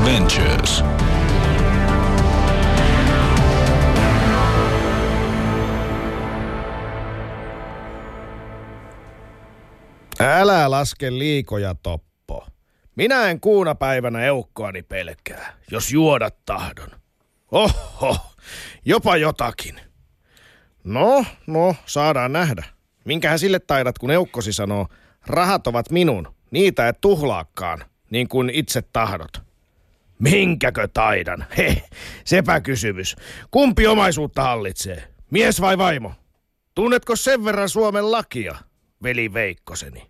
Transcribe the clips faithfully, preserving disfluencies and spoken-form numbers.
Ventures. Älä laske liikoja, Toppo. Minä en kuuna päivänä eukkoani pelkää, jos juoda tahdon. Oho, jopa jotakin. No, no, saadaan nähdä. Minkähän sille taidat, kun eukkosi sanoo, rahat ovat minun, niitä et tuhlaakaan, niin kuin itse tahdot. Minkäkö taidan? He, sepä kysymys. Kumpi omaisuutta hallitsee? Mies vai vaimo? Tunnetko sen verran Suomen lakia, veli Veikkoseni?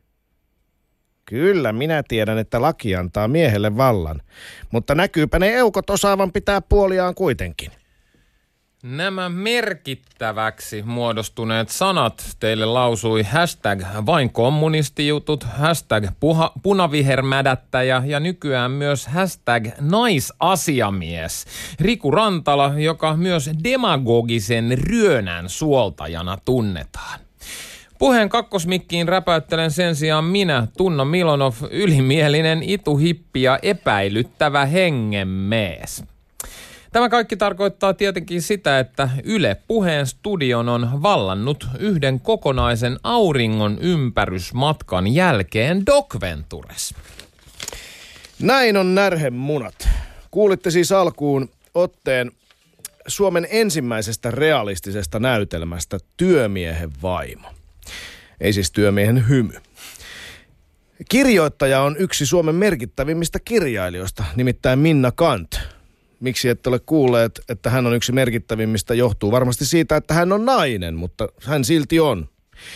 Kyllä, minä tiedän, että laki antaa miehelle vallan, mutta näkyypä ne eukot osaavan pitää puoliaan kuitenkin. Nämä merkittäväksi muodostuneet sanat teille lausui hashtag vain kommunistijutut, hashtag puha, punavihermädättäjä ja nykyään myös hashtag naisasiamies. Riku Rantala, joka myös demagogisen ryönän suoltajana tunnetaan. Puheen kakkosmikkiin räpäyttelen sen sijaan minä, Tunna Milonov, ylimielinen ituhippi ja epäilyttävä hengenmies. Tämä kaikki tarkoittaa tietenkin sitä, että Yle Puheen studion on vallannut yhden kokonaisen auringon ympärysmatkan jälkeen Doc Ventures. Näin on närhemunat. Kuulitte siis alkuun otteen Suomen ensimmäisestä realistisesta näytelmästä Työmiehen vaimo. Ei siis työmiehen hymy. Kirjoittaja on yksi Suomen merkittävimmistä kirjailijoista, nimittäin Minna Canth. Miksi ette ole kuulleet, että hän on yksi merkittävimmistä, johtuu varmasti siitä, että hän on nainen, mutta hän silti on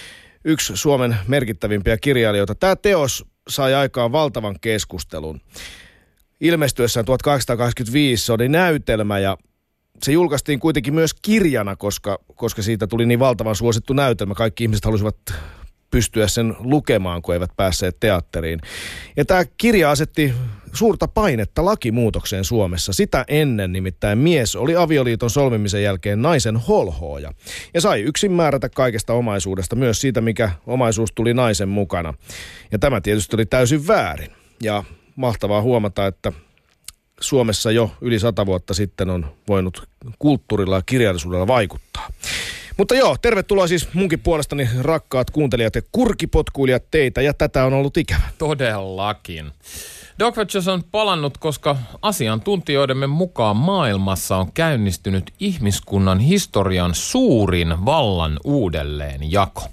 yksi Suomen merkittävimpiä kirjailijoita. Tämä teos sai aikaan valtavan keskustelun. Ilmestyessään tuhatkahdeksansataakaksikymmentäviisi se oli näytelmä ja se julkaistiin kuitenkin myös kirjana, koska, koska siitä tuli niin valtavan suosittu näytelmä. Kaikki ihmiset halusivat pystyä sen lukemaan, kun eivät päässeet teatteriin. Ja tämä kirja asetti suurta painetta lakimuutokseen Suomessa. Sitä ennen nimittäin mies oli avioliiton solmimisen jälkeen naisen holhooja. Ja sai yksin määrätä kaikesta omaisuudesta, myös siitä, mikä omaisuus tuli naisen mukana. Ja tämä tietysti oli täysin väärin. Ja mahtavaa huomata, että Suomessa jo yli sata vuotta sitten on voinut kulttuurilla ja kirjallisuudella vaikuttaa. Mutta joo, tervetuloa siis munkin puolestani rakkaat kuuntelijat ja kurkipotkuilijat teitä, ja tätä on ollut ikävä. Todellakin. Doc Ventures on palannut, koska asiantuntijoidemme mukaan maailmassa on käynnistynyt ihmiskunnan historian suurin vallan uudelleenjako.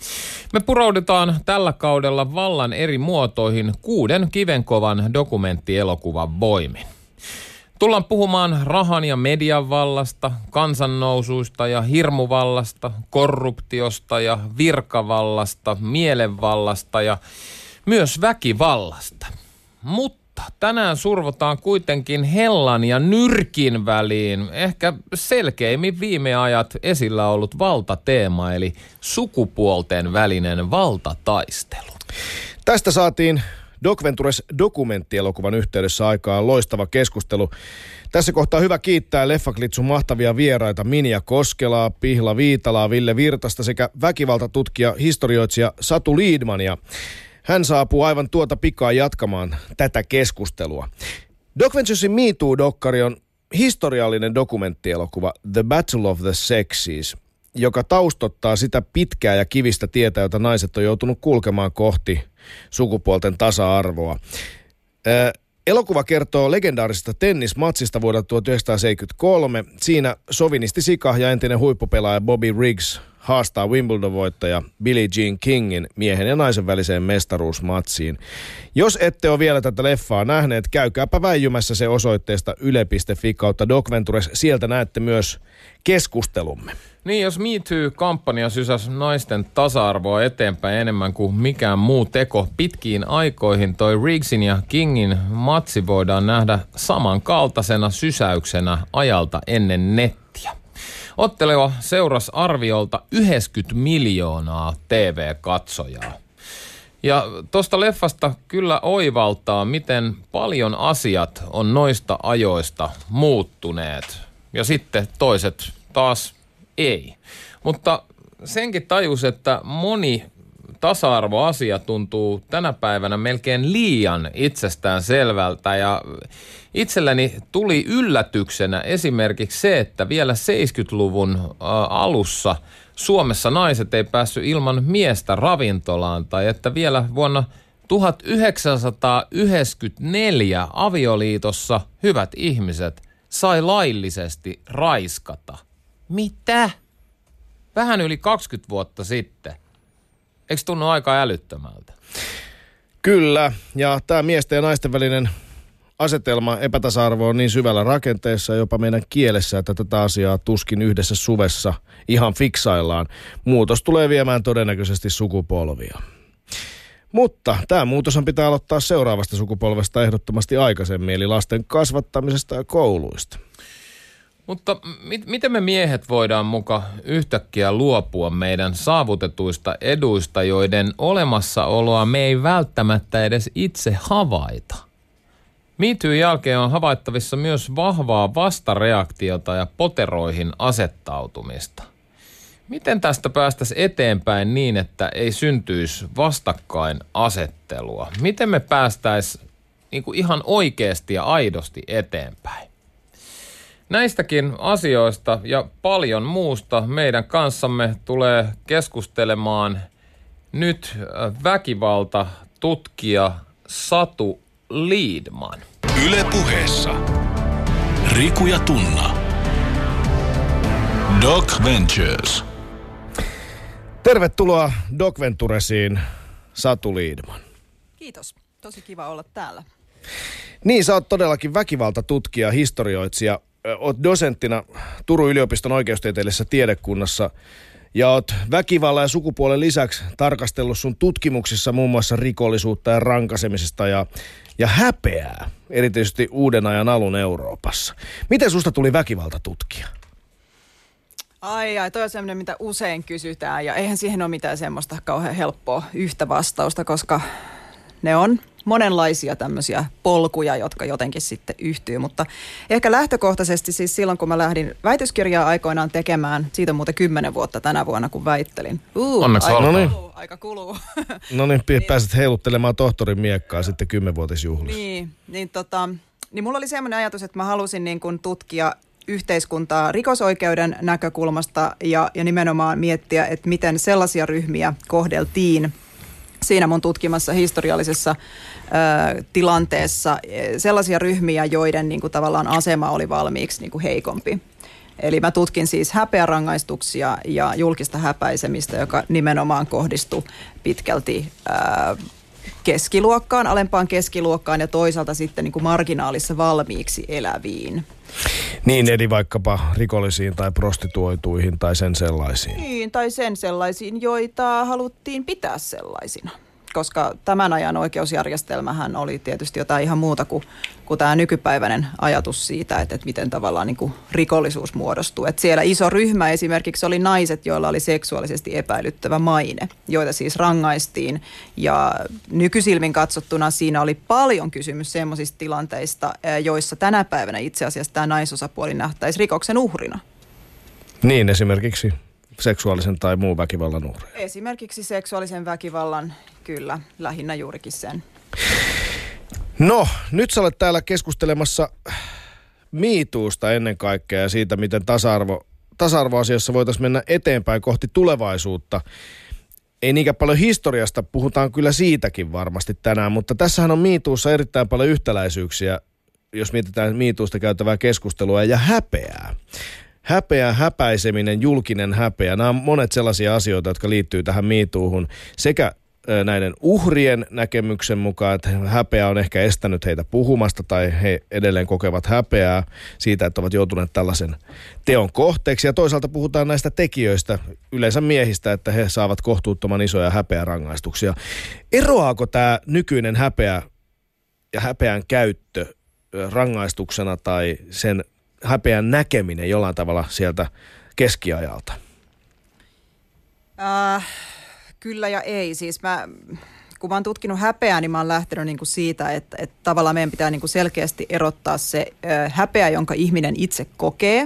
Me puraudutaan tällä kaudella vallan eri muotoihin kuuden kivenkovan dokumenttielokuvan voimin. Tullaan puhumaan rahan ja median vallasta, kansannousuista ja hirmuvallasta, korruptiosta ja virkavallasta, mielenvallasta ja myös väkivallasta. Mutta tänään survotaan kuitenkin hellan ja nyrkin väliin ehkä selkeimmin viime ajat esillä ollut valtateema, eli sukupuolten välinen valtataistelu. Tästä saatiin Doc Ventures dokumenttielokuvan yhteydessä aikaan loistava keskustelu. Tässä kohtaa hyvä kiittää Leffaklitsun mahtavia vieraita Minja Koskelaa, Pihla Viitalaa, Ville Virtasta sekä väkivaltatutkija, historioitsija Satu Liidmania. Hän saapuu aivan tuota pikaa jatkamaan tätä keskustelua. Doc Venturesin Me Too-dokkari on historiallinen dokumenttielokuva The Battle of the Sexes, joka taustottaa sitä pitkää ja kivistä tietä, jota naiset on joutunut kulkemaan kohti sukupuolten tasa-arvoa. Ää, elokuva kertoo legendaarisesta tennismatsista vuodelta tuhatyhdeksänsataaseitsemänkymmentäkolme. Siinä sovinisti Sika ja entinen huippupelaaja Bobby Riggs haastaa Wimbledon-voittaja Billie Jean Kingin miehen ja naisen väliseen mestaruusmatsiin. Jos ette ole vielä tätä leffaa nähneet, käykääpä väijymässä se osoitteesta yle piste fi kautta Doc Ventures. Sieltä näette myös keskustelumme. Niin, jos Me Too-kampanja sysäsi naisten tasa-arvoa eteenpäin enemmän kuin mikään muu teko pitkiin aikoihin, toi Riggsin ja Kingin matsi voidaan nähdä samankaltaisena sysäyksenä ajalta ennen nettiä. Ottelua seurasi arviolta yhdeksänkymmentä miljoonaa T V-katsojaa. Ja tuosta leffasta kyllä oivaltaa, miten paljon asiat on noista ajoista muuttuneet. Ja sitten toiset taas ei. Mutta senkin tajus, että moni tasa-arvoasia tuntuu tänä päivänä melkein liian itsestään selvältä ja itselleni tuli yllätyksenä esimerkiksi se, että vielä seitsemänkymmentäluvun alussa Suomessa naiset ei päässyt ilman miestä ravintolaan tai että vielä vuonna tuhatyhdeksänsataayhdeksänkymmentäneljä avioliitossa hyvät ihmiset sai laillisesti raiskata. Mitä? Vähän yli kaksikymmentä vuotta sitten. Eikö tunnu aika älyttömältä? Kyllä, ja tämä miesten ja naisten välinen asetelma epätasa-arvo on niin syvällä rakenteessa ja jopa meidän kielessä, että tätä asiaa tuskin yhdessä suvessa ihan fiksaillaan. Muutos tulee viemään todennäköisesti sukupolvia. Mutta tämä muutoshan pitää aloittaa seuraavasta sukupolvesta ehdottomasti aikaisemmin, eli lasten kasvattamisesta ja kouluista. Mutta mit, miten me miehet voidaan muka yhtäkkiä luopua meidän saavutetuista eduista, joiden olemassaoloa me ei välttämättä edes itse havaita? Me Toon jälkeen on havaittavissa myös vahvaa vastareaktiota ja poteroihin asettautumista. Miten tästä päästäisiin eteenpäin niin, että ei syntyisi vastakkainasettelua? Miten me päästäisiin niin kuin ihan oikeasti ja aidosti eteenpäin? Näistäkin asioista ja paljon muusta meidän kanssamme tulee keskustelemaan nyt väkivaltatutkija Satu Liedman. Yle Puheessa Riku ja Tunna. Doc Ventures. Tervetuloa Doc Venturesiin, Satu Liedman. Kiitos. Tosi kiva olla täällä. Niin, sä oot todellakin väkivaltatutkija, historioitsija. Oot dosenttina Turun yliopiston oikeustieteellisessä tiedekunnassa ja oot väkivallan ja sukupuolen lisäksi tarkastellut sun tutkimuksissa muun muassa rikollisuutta ja rankasemisesta ja, ja häpeää, erityisesti uuden ajan alun Euroopassa. Miten susta tuli väkivaltatutkija? Ai ai, toi on semmoinen, mitä usein kysytään ja eihän siihen ole mitään semmoista kauhean helppoa yhtä vastausta, koska ne on monenlaisia tämmöisiä polkuja, jotka jotenkin sitten yhtyy, mutta ehkä lähtökohtaisesti siis silloin, kun mä lähdin väitöskirjaa aikoinaan tekemään, siitä on muuten kymmenen vuotta tänä vuonna, kun väittelin. Uh, Onneksi aika, olkoon. kuluu, aika kuluu. No niin, pääset heiluttelemaan tohtorin miekkaa sitten kymmenvuotisjuhlissa. Niin, niin, tota, niin mulla oli semmoinen ajatus, että mä halusin niin kuin tutkia yhteiskuntaa rikosoikeuden näkökulmasta ja, ja nimenomaan miettiä, että miten sellaisia ryhmiä kohdeltiin siinä mun tutkimassa historiallisessa ö, tilanteessa, sellaisia ryhmiä, joiden niin kuin, tavallaan asema oli valmiiksi niin kuin heikompi. Eli mä tutkin siis häpeärangaistuksia ja julkista häpäisemistä, joka nimenomaan kohdistui pitkälti ö, keskiluokkaan, alempaan keskiluokkaan ja toisaalta sitten niin kuin marginaalissa valmiiksi eläviin. Niin, eli vaikkapa rikollisiin tai prostituoituihin tai sen sellaisiin. Niin, tai sen sellaisiin, joita haluttiin pitää sellaisina. Koska tämän ajan oikeusjärjestelmähän oli tietysti jotain ihan muuta kuin, kuin tämä nykypäiväinen ajatus siitä, että, että miten tavallaan niin kuin rikollisuus muodostuu. Että siellä iso ryhmä esimerkiksi oli naiset, joilla oli seksuaalisesti epäilyttävä maine, joita siis rangaistiin. Ja nykysilmin katsottuna siinä oli paljon kysymys semmoisista tilanteista, joissa tänä päivänä itse asiassa tämä naisosapuoli nähtäisi rikoksen uhrina. Niin, esimerkiksi seksuaalisen tai muun väkivallan uhreja. Esimerkiksi seksuaalisen väkivallan, kyllä, lähinnä juurikin sen. No, nyt sä olet täällä keskustelemassa Me Toosta ennen kaikkea ja siitä, miten tasa-arvo, tasa-arvoasiassa voitaisiin mennä eteenpäin kohti tulevaisuutta. Ei niinkään paljon historiasta, puhutaan kyllä siitäkin varmasti tänään, mutta tässähän on Me Toossa erittäin paljon yhtäläisyyksiä, jos mietitään Me Toosta käytävää keskustelua ja häpeää. Häpeä, häpäiseminen, julkinen häpeä, nämä on monet sellaisia asioita, jotka liittyy tähän Me Toohun. Sekä näiden uhrien näkemyksen mukaan, että häpeä on ehkä estänyt heitä puhumasta tai he edelleen kokevat häpeää siitä, että ovat joutuneet tällaisen teon kohteeksi. Ja toisaalta puhutaan näistä tekijöistä, yleensä miehistä, että he saavat kohtuuttoman isoja häpeärangaistuksia. Eroaako tämä nykyinen häpeä ja häpeän käyttö rangaistuksena tai sen häpeän näkeminen jollain tavalla sieltä keskiajalta? Äh, kyllä ja ei. Siis mä, kun mä oon tutkinut häpeää, niin mä oon lähtenyt niinku siitä, että, että tavallaan meidän pitää niinku selkeästi erottaa se äh, häpeä, jonka ihminen itse kokee,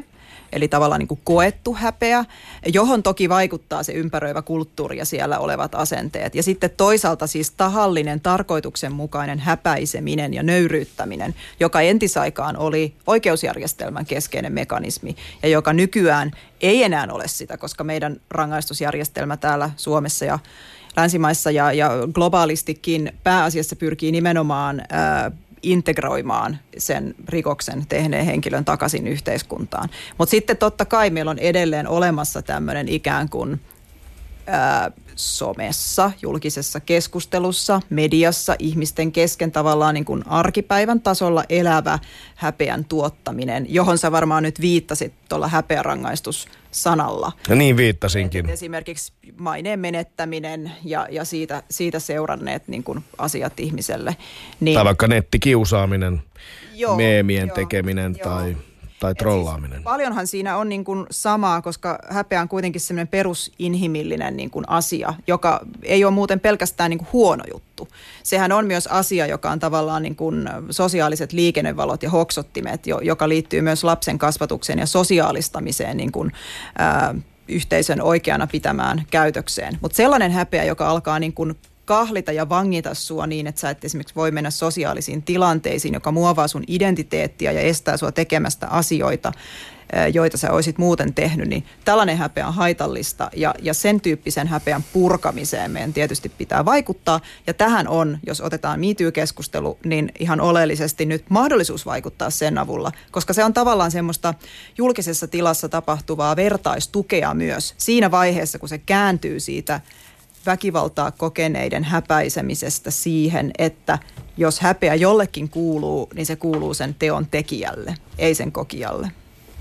eli tavallaan niin kuin koettu häpeä, johon toki vaikuttaa se ympäröivä kulttuuri ja siellä olevat asenteet. Ja sitten toisaalta siis tahallinen, tarkoituksenmukainen häpäiseminen ja nöyryyttäminen, joka entisaikaan oli oikeusjärjestelmän keskeinen mekanismi ja joka nykyään ei enää ole sitä, koska meidän rangaistusjärjestelmä täällä Suomessa ja länsimaissa ja, ja globaalistikin pääasiassa pyrkii nimenomaan ää, integroimaan sen rikoksen tehneen henkilön takaisin yhteiskuntaan. Mutta sitten totta kai meillä on edelleen olemassa tämmöinen ikään kuin ää, somessa, julkisessa keskustelussa, mediassa, ihmisten kesken tavallaan niin kuin arkipäivän tasolla elävä häpeän tuottaminen, johon sä varmaan nyt viittasit tuolla häpeärangaistussanalla. Ja niin viittasinkin. Et esimerkiksi maineen menettäminen ja, ja siitä, siitä seuranneet niin kuin asiat ihmiselle. Niin, tai vaikka nettikiusaaminen, joo, meemien joo, tekeminen joo. tai... Tai trollaaminen. Siis paljonhan siinä on niin kuin samaa, koska häpeä on kuitenkin semmoinen perusinhimillinen niin kuin asia, joka ei ole muuten pelkästään niin kuin huono juttu. Sehän on myös asia, joka on tavallaan niin kuin sosiaaliset liikennevalot ja hoksottimet, joka liittyy myös lapsen kasvatukseen ja sosiaalistamiseen niin kuin, ää, yhteisön oikeana pitämään käytökseen. Mutta sellainen häpeä, joka alkaa niin kuin kahlita ja vangita sua niin, että sä et esimerkiksi voi mennä sosiaalisiin tilanteisiin, joka muovaa sun identiteettiä ja estää sua tekemästä asioita, joita sä olisit muuten tehnyt, niin tällainen häpeä on haitallista ja, ja sen tyyppisen häpeän purkamiseen meidän tietysti pitää vaikuttaa. Ja tähän on, jos otetaan Me Too-keskustelu, niin ihan oleellisesti nyt mahdollisuus vaikuttaa sen avulla, koska se on tavallaan semmoista julkisessa tilassa tapahtuvaa vertaistukea myös siinä vaiheessa, kun se kääntyy siitä väkivaltaa kokeneiden häpäisemisestä siihen, että jos häpeä jollekin kuuluu, niin se kuuluu sen teon tekijälle, ei sen kokijalle.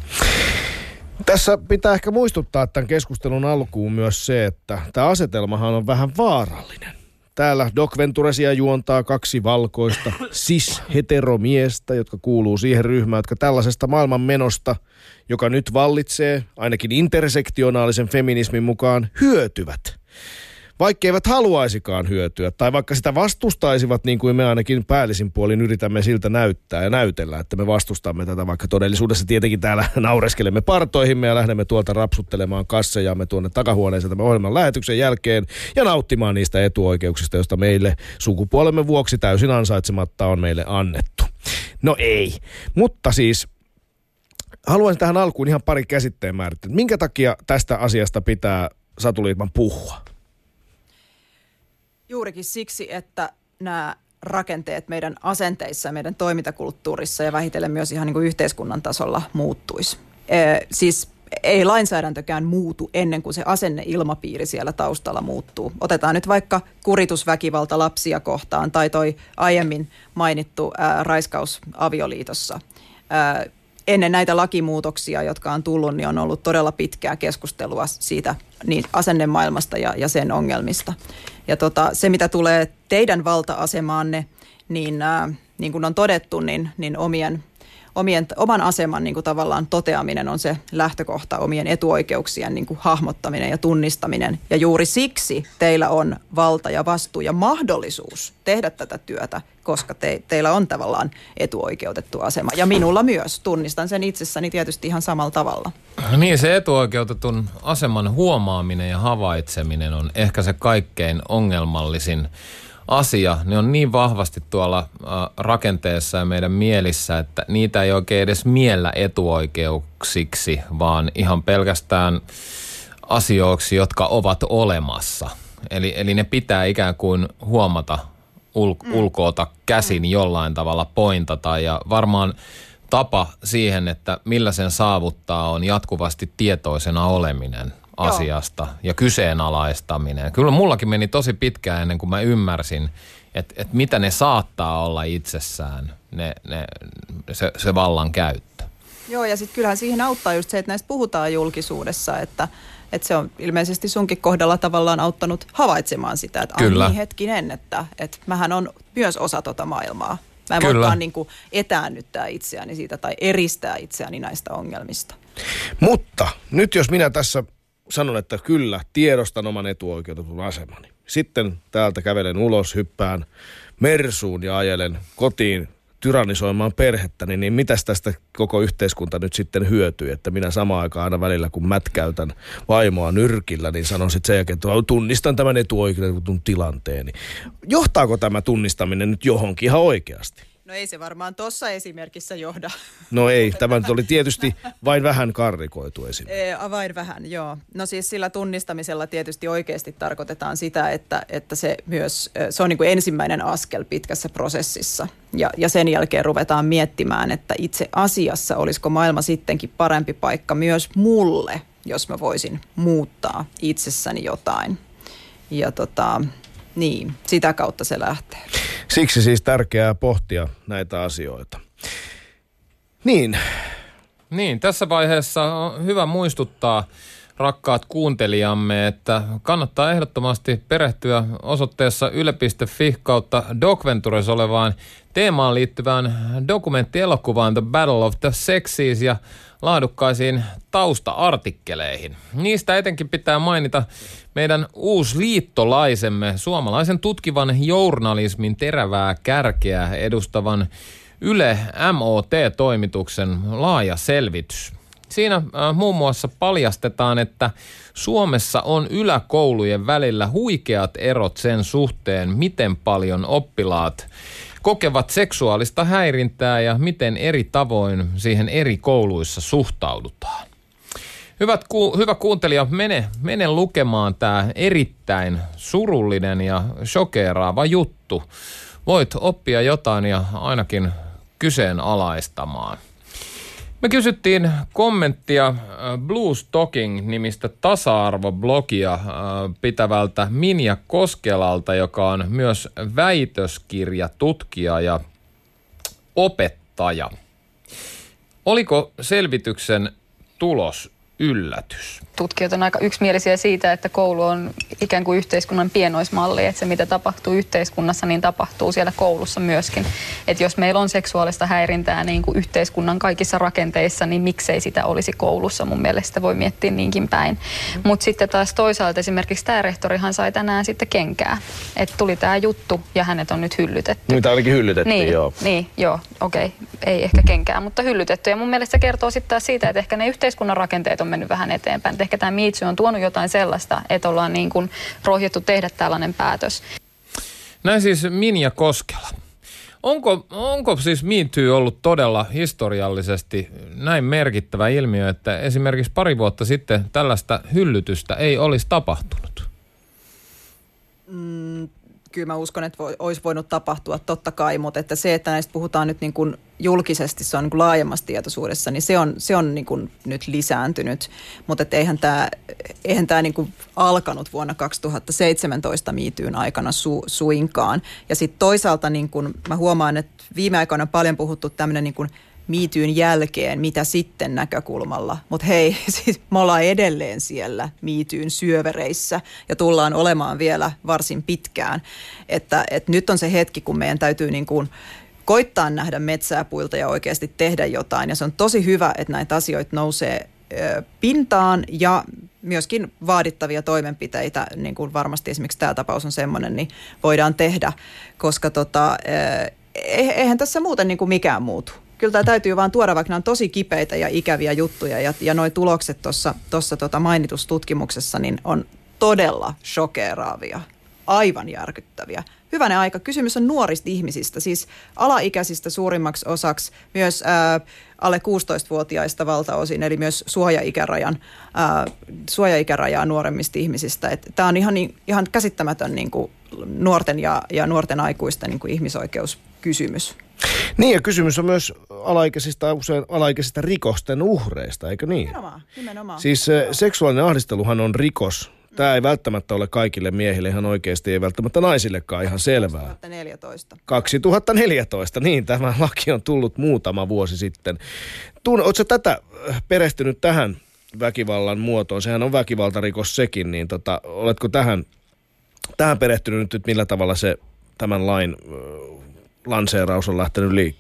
Tässä pitää ehkä muistuttaa tämän keskustelun alkuun myös se, että tämä asetelmahan on vähän vaarallinen. Täällä Doc Venturesia juontaa kaksi valkoista cis-heteromiestä, jotka kuuluu siihen ryhmään, jotka tällaisesta maailmanmenosta, joka nyt vallitsee, ainakin intersektionaalisen feminismin mukaan, hyötyvät. Vaikka eivät haluaisikaan hyötyä, tai vaikka sitä vastustaisivat, niin kuin me ainakin päällisin puolin yritämme siltä näyttää ja näytellä, että me vastustamme tätä, vaikka todellisuudessa tietenkin täällä naureskelemme partoihimme ja lähdemme tuolta rapsuttelemaan kassejamme tuonne takahuoneeseen tämän ohjelman lähetyksen jälkeen ja nauttimaan niistä etuoikeuksista, joista meille sukupuolemme vuoksi täysin ansaitsematta on meille annettu. No ei, mutta siis haluaisin tähän alkuun ihan pari käsitteen määrittää. Minkä takia tästä asiasta pitää Satu Liitman puhua? Juurikin siksi, että nämä rakenteet meidän asenteissa ja meidän toimintakulttuurissa ja vähitellen myös ihan niin kuin yhteiskunnan tasolla muuttuisi. Ee, siis ei lainsäädäntökään muutu ennen kuin se asenneilmapiiri siellä taustalla muuttuu. Otetaan nyt vaikka kuritusväkivalta lapsia kohtaan tai toi aiemmin mainittu ää, raiskaus avioliitossa. Ää, ennen näitä lakimuutoksia, jotka on tullut, niin on ollut todella pitkää keskustelua siitä niin asennemaailmasta ja, ja sen ongelmista. Ja tota, se, mitä tulee teidän valta-asemaanne, niin äh, niin kuin on todettu, niin, niin omien, omien, oman aseman niin kuin tavallaan toteaminen on se lähtökohta, omien etuoikeuksien niin kuin hahmottaminen ja tunnistaminen. Ja juuri siksi teillä on valta ja vastuu ja mahdollisuus tehdä tätä työtä, koska te, teillä on tavallaan etuoikeutettu asema. Ja minulla myös. Tunnistan sen itsessäni tietysti ihan samalla tavalla. Niin, se etuoikeutetun aseman huomaaminen ja havaitseminen on ehkä se kaikkein ongelmallisin asia. Ne on niin vahvasti tuolla äh, rakenteessa ja meidän mielissä, että niitä ei oikein edes miellä etuoikeuksiksi, vaan ihan pelkästään asioiksi, jotka ovat olemassa. Eli, eli ne pitää ikään kuin huomata ul- mm. ulkoota käsin mm. jollain tavalla pointata ja varmaan tapa siihen, että millä sen saavuttaa, on jatkuvasti tietoisena oleminen asiasta Joo. ja kyseenalaistaminen. Kyllä mullakin meni tosi pitkään ennen kuin mä ymmärsin, että, että mitä ne saattaa olla itsessään, ne, ne, se, se vallan käyttö. Joo, ja sitten kyllähän siihen auttaa just se, että näistä puhutaan julkisuudessa, että, että se on ilmeisesti sunkin kohdalla tavallaan auttanut havaitsemaan sitä, että Kyllä. ai niin hetkinen, että, että mähän on myös osa tota maailmaa. Mä en Kyllä. voikaan niin kuin etäännyttää itseäni siitä tai eristää itseäni näistä ongelmista. Mutta nyt jos minä tässä sanon, että kyllä, tiedostan oman etuoikeutetun asemani. Sitten täältä kävelen ulos, hyppään Mersuun ja ajelen kotiin tyrannisoimaan perhettäni, niin mitäs tästä koko yhteiskunta nyt sitten hyötyy, että minä samaan aikaan aina välillä, kun mätkäytän vaimoa nyrkillä, niin sanon sitten sen jälkeen, että tunnistan tämän etuoikeuden tilanteeni. Johtaako tämä tunnistaminen nyt johonkin ihan oikeasti? No ei se varmaan tuossa esimerkissä johda. No ei, tämä nyt oli tietysti vain vähän karrikoitu esimerkki. E, vain vähän, joo. No siis sillä tunnistamisella tietysti oikeasti tarkoitetaan sitä, että, että se myös, se on niin kuin ensimmäinen askel pitkässä prosessissa. Ja, ja sen jälkeen ruvetaan miettimään, että itse asiassa olisiko maailma sittenkin parempi paikka myös mulle, jos mä voisin muuttaa itsessäni jotain. Ja tota, niin, sitä kautta se lähtee. Siksi siis tärkeää pohtia näitä asioita. Niin. Niin, tässä vaiheessa on hyvä muistuttaa rakkaat kuuntelijamme, että kannattaa ehdottomasti perehtyä osoitteessa yle piste fi kautta Docventures olevaan teemaan liittyvään dokumenttielokuvaan The Battle of the Sexes ja laadukkaisiin tausta-artikkeleihin. Niistä etenkin pitää mainita meidän uusi liittolaisemme, suomalaisen tutkivan journalismin terävää kärkeä edustavan Yle M O T-toimituksen laaja selvitys. Siinä äh, muun muassa paljastetaan, että Suomessa on yläkoulujen välillä huikeat erot sen suhteen, miten paljon oppilaat kokevat seksuaalista häirintää ja miten eri tavoin siihen eri kouluissa suhtaudutaan. Hyvät ku, hyvä kuuntelija, mene, mene lukemaan tämä erittäin surullinen ja shokeeraava juttu. Voit oppia jotain ja ainakin kyseenalaistamaan. Me kysyttiin kommenttia Blues Talking-nimistä tasa-arvoblogia pitävältä Minja Koskelalta, joka on myös väitöskirjatutkija ja opettaja. Oliko selvityksen tulos yllätys? Tutkijat on aika yksimielisiä siitä, että koulu on ikään kuin yhteiskunnan pienoismalli, että se mitä tapahtuu yhteiskunnassa, niin tapahtuu siellä koulussa myöskin. Että jos meillä on seksuaalista häirintää niin kuin yhteiskunnan kaikissa rakenteissa, niin miksei sitä olisi koulussa? Mun mielestä voi miettiä niinkin päin. Mm. Mutta sitten taas toisaalta esimerkiksi tämä rehtorihan sai tänään sitten kenkää. Että tuli tämä juttu ja hänet on nyt hyllytetty. Mitä olikin hyllytetty, niin, joo. Niin, joo, okei. Okay. Ei ehkä kenkää, mutta hyllytetty. Ja mun mielestä se kertoo sitten taas siitä, että ehkä ne yhteiskunnan rakenteet on mennyt vähän eteenpäin. Että ehkä tämä Me Too on tuonut jotain sellaista, että ollaan niin kuin rohjettu tehdä tällainen päätös. Näin siis Minja Koskela. Onko, onko siis Me Too ollut todella historiallisesti näin merkittävä ilmiö, että esimerkiksi pari vuotta sitten tällaista hyllytystä ei olisi tapahtunut? Mm, kyllä mä uskon, että voi, olisi voinut tapahtua totta kai, mutta että se, että näistä puhutaan nyt niin kuin julkisesti, se on niin kuin laajemmassa tietoisuudessa, niin se on, se on niin kuin nyt lisääntynyt. Mutta eihän tämä, eihän tämä niin kuin alkanut vuonna kaksituhattaseitsemäntoista Me Toon aikana su, suinkaan. Ja sitten toisaalta niin kuin mä huomaan, että viime aikoina on paljon puhuttu tämmöinen niin kuin Me Toon jälkeen, mitä sitten näkökulmalla. Mutta hei, siis me ollaan edelleen siellä Me Toon syövereissä ja tullaan olemaan vielä varsin pitkään. Että, että nyt on se hetki, kun meidän täytyy niin kuin koittaa nähdä metsää puilta ja oikeasti tehdä jotain. Ja se on tosi hyvä, että näitä asioita nousee ö, pintaan ja myöskin vaadittavia toimenpiteitä, niin kuin varmasti esimerkiksi tämä tapaus on semmoinen, niin voidaan tehdä, koska tota, ö, eihän tässä muuten niin kuin mikään muutu. Kyllä tämä täytyy vaan tuoda, vaikka nämä on tosi kipeitä ja ikäviä juttuja ja, ja nuo tulokset tuossa tota mainitustutkimuksessa niin on todella shokeeraavia, aivan järkyttäviä. Hyvänen aika. Kysymys on nuorista ihmisistä, siis alaikäisistä suurimmaksi osaksi, myös ää, alle kuusitoistavuotiaista valtaosin, eli myös suojaikärajan, ää, suojaikärajaa nuoremmista ihmisistä. Tämä on ihan, niin, ihan käsittämätön niin kuin nuorten ja, ja nuorten aikuisten niin kuin ihmisoikeuskysymys. Niin, ja kysymys on myös alaikäisistä, usein alaikäisistä rikosten uhreista, eikö niin? Nimenomaan, nimenomaan. Siis seksuaalinen ahdisteluhan on rikos. Tämä ei välttämättä ole kaikille miehille ihan oikeasti, ei välttämättä naisillekaan ihan selvää. kaksituhattaneljätoista kaksituhattaneljätoista, niin tämä laki on tullut muutama vuosi sitten. Tuun, ootko tätä perehtynyt tähän väkivallan muotoon? Sehän on väkivaltarikos sekin, niin tota, oletko tähän, tähän perehtynyt nyt, millä tavalla se tämän lain lanseeraus on lähtenyt liikkeelle?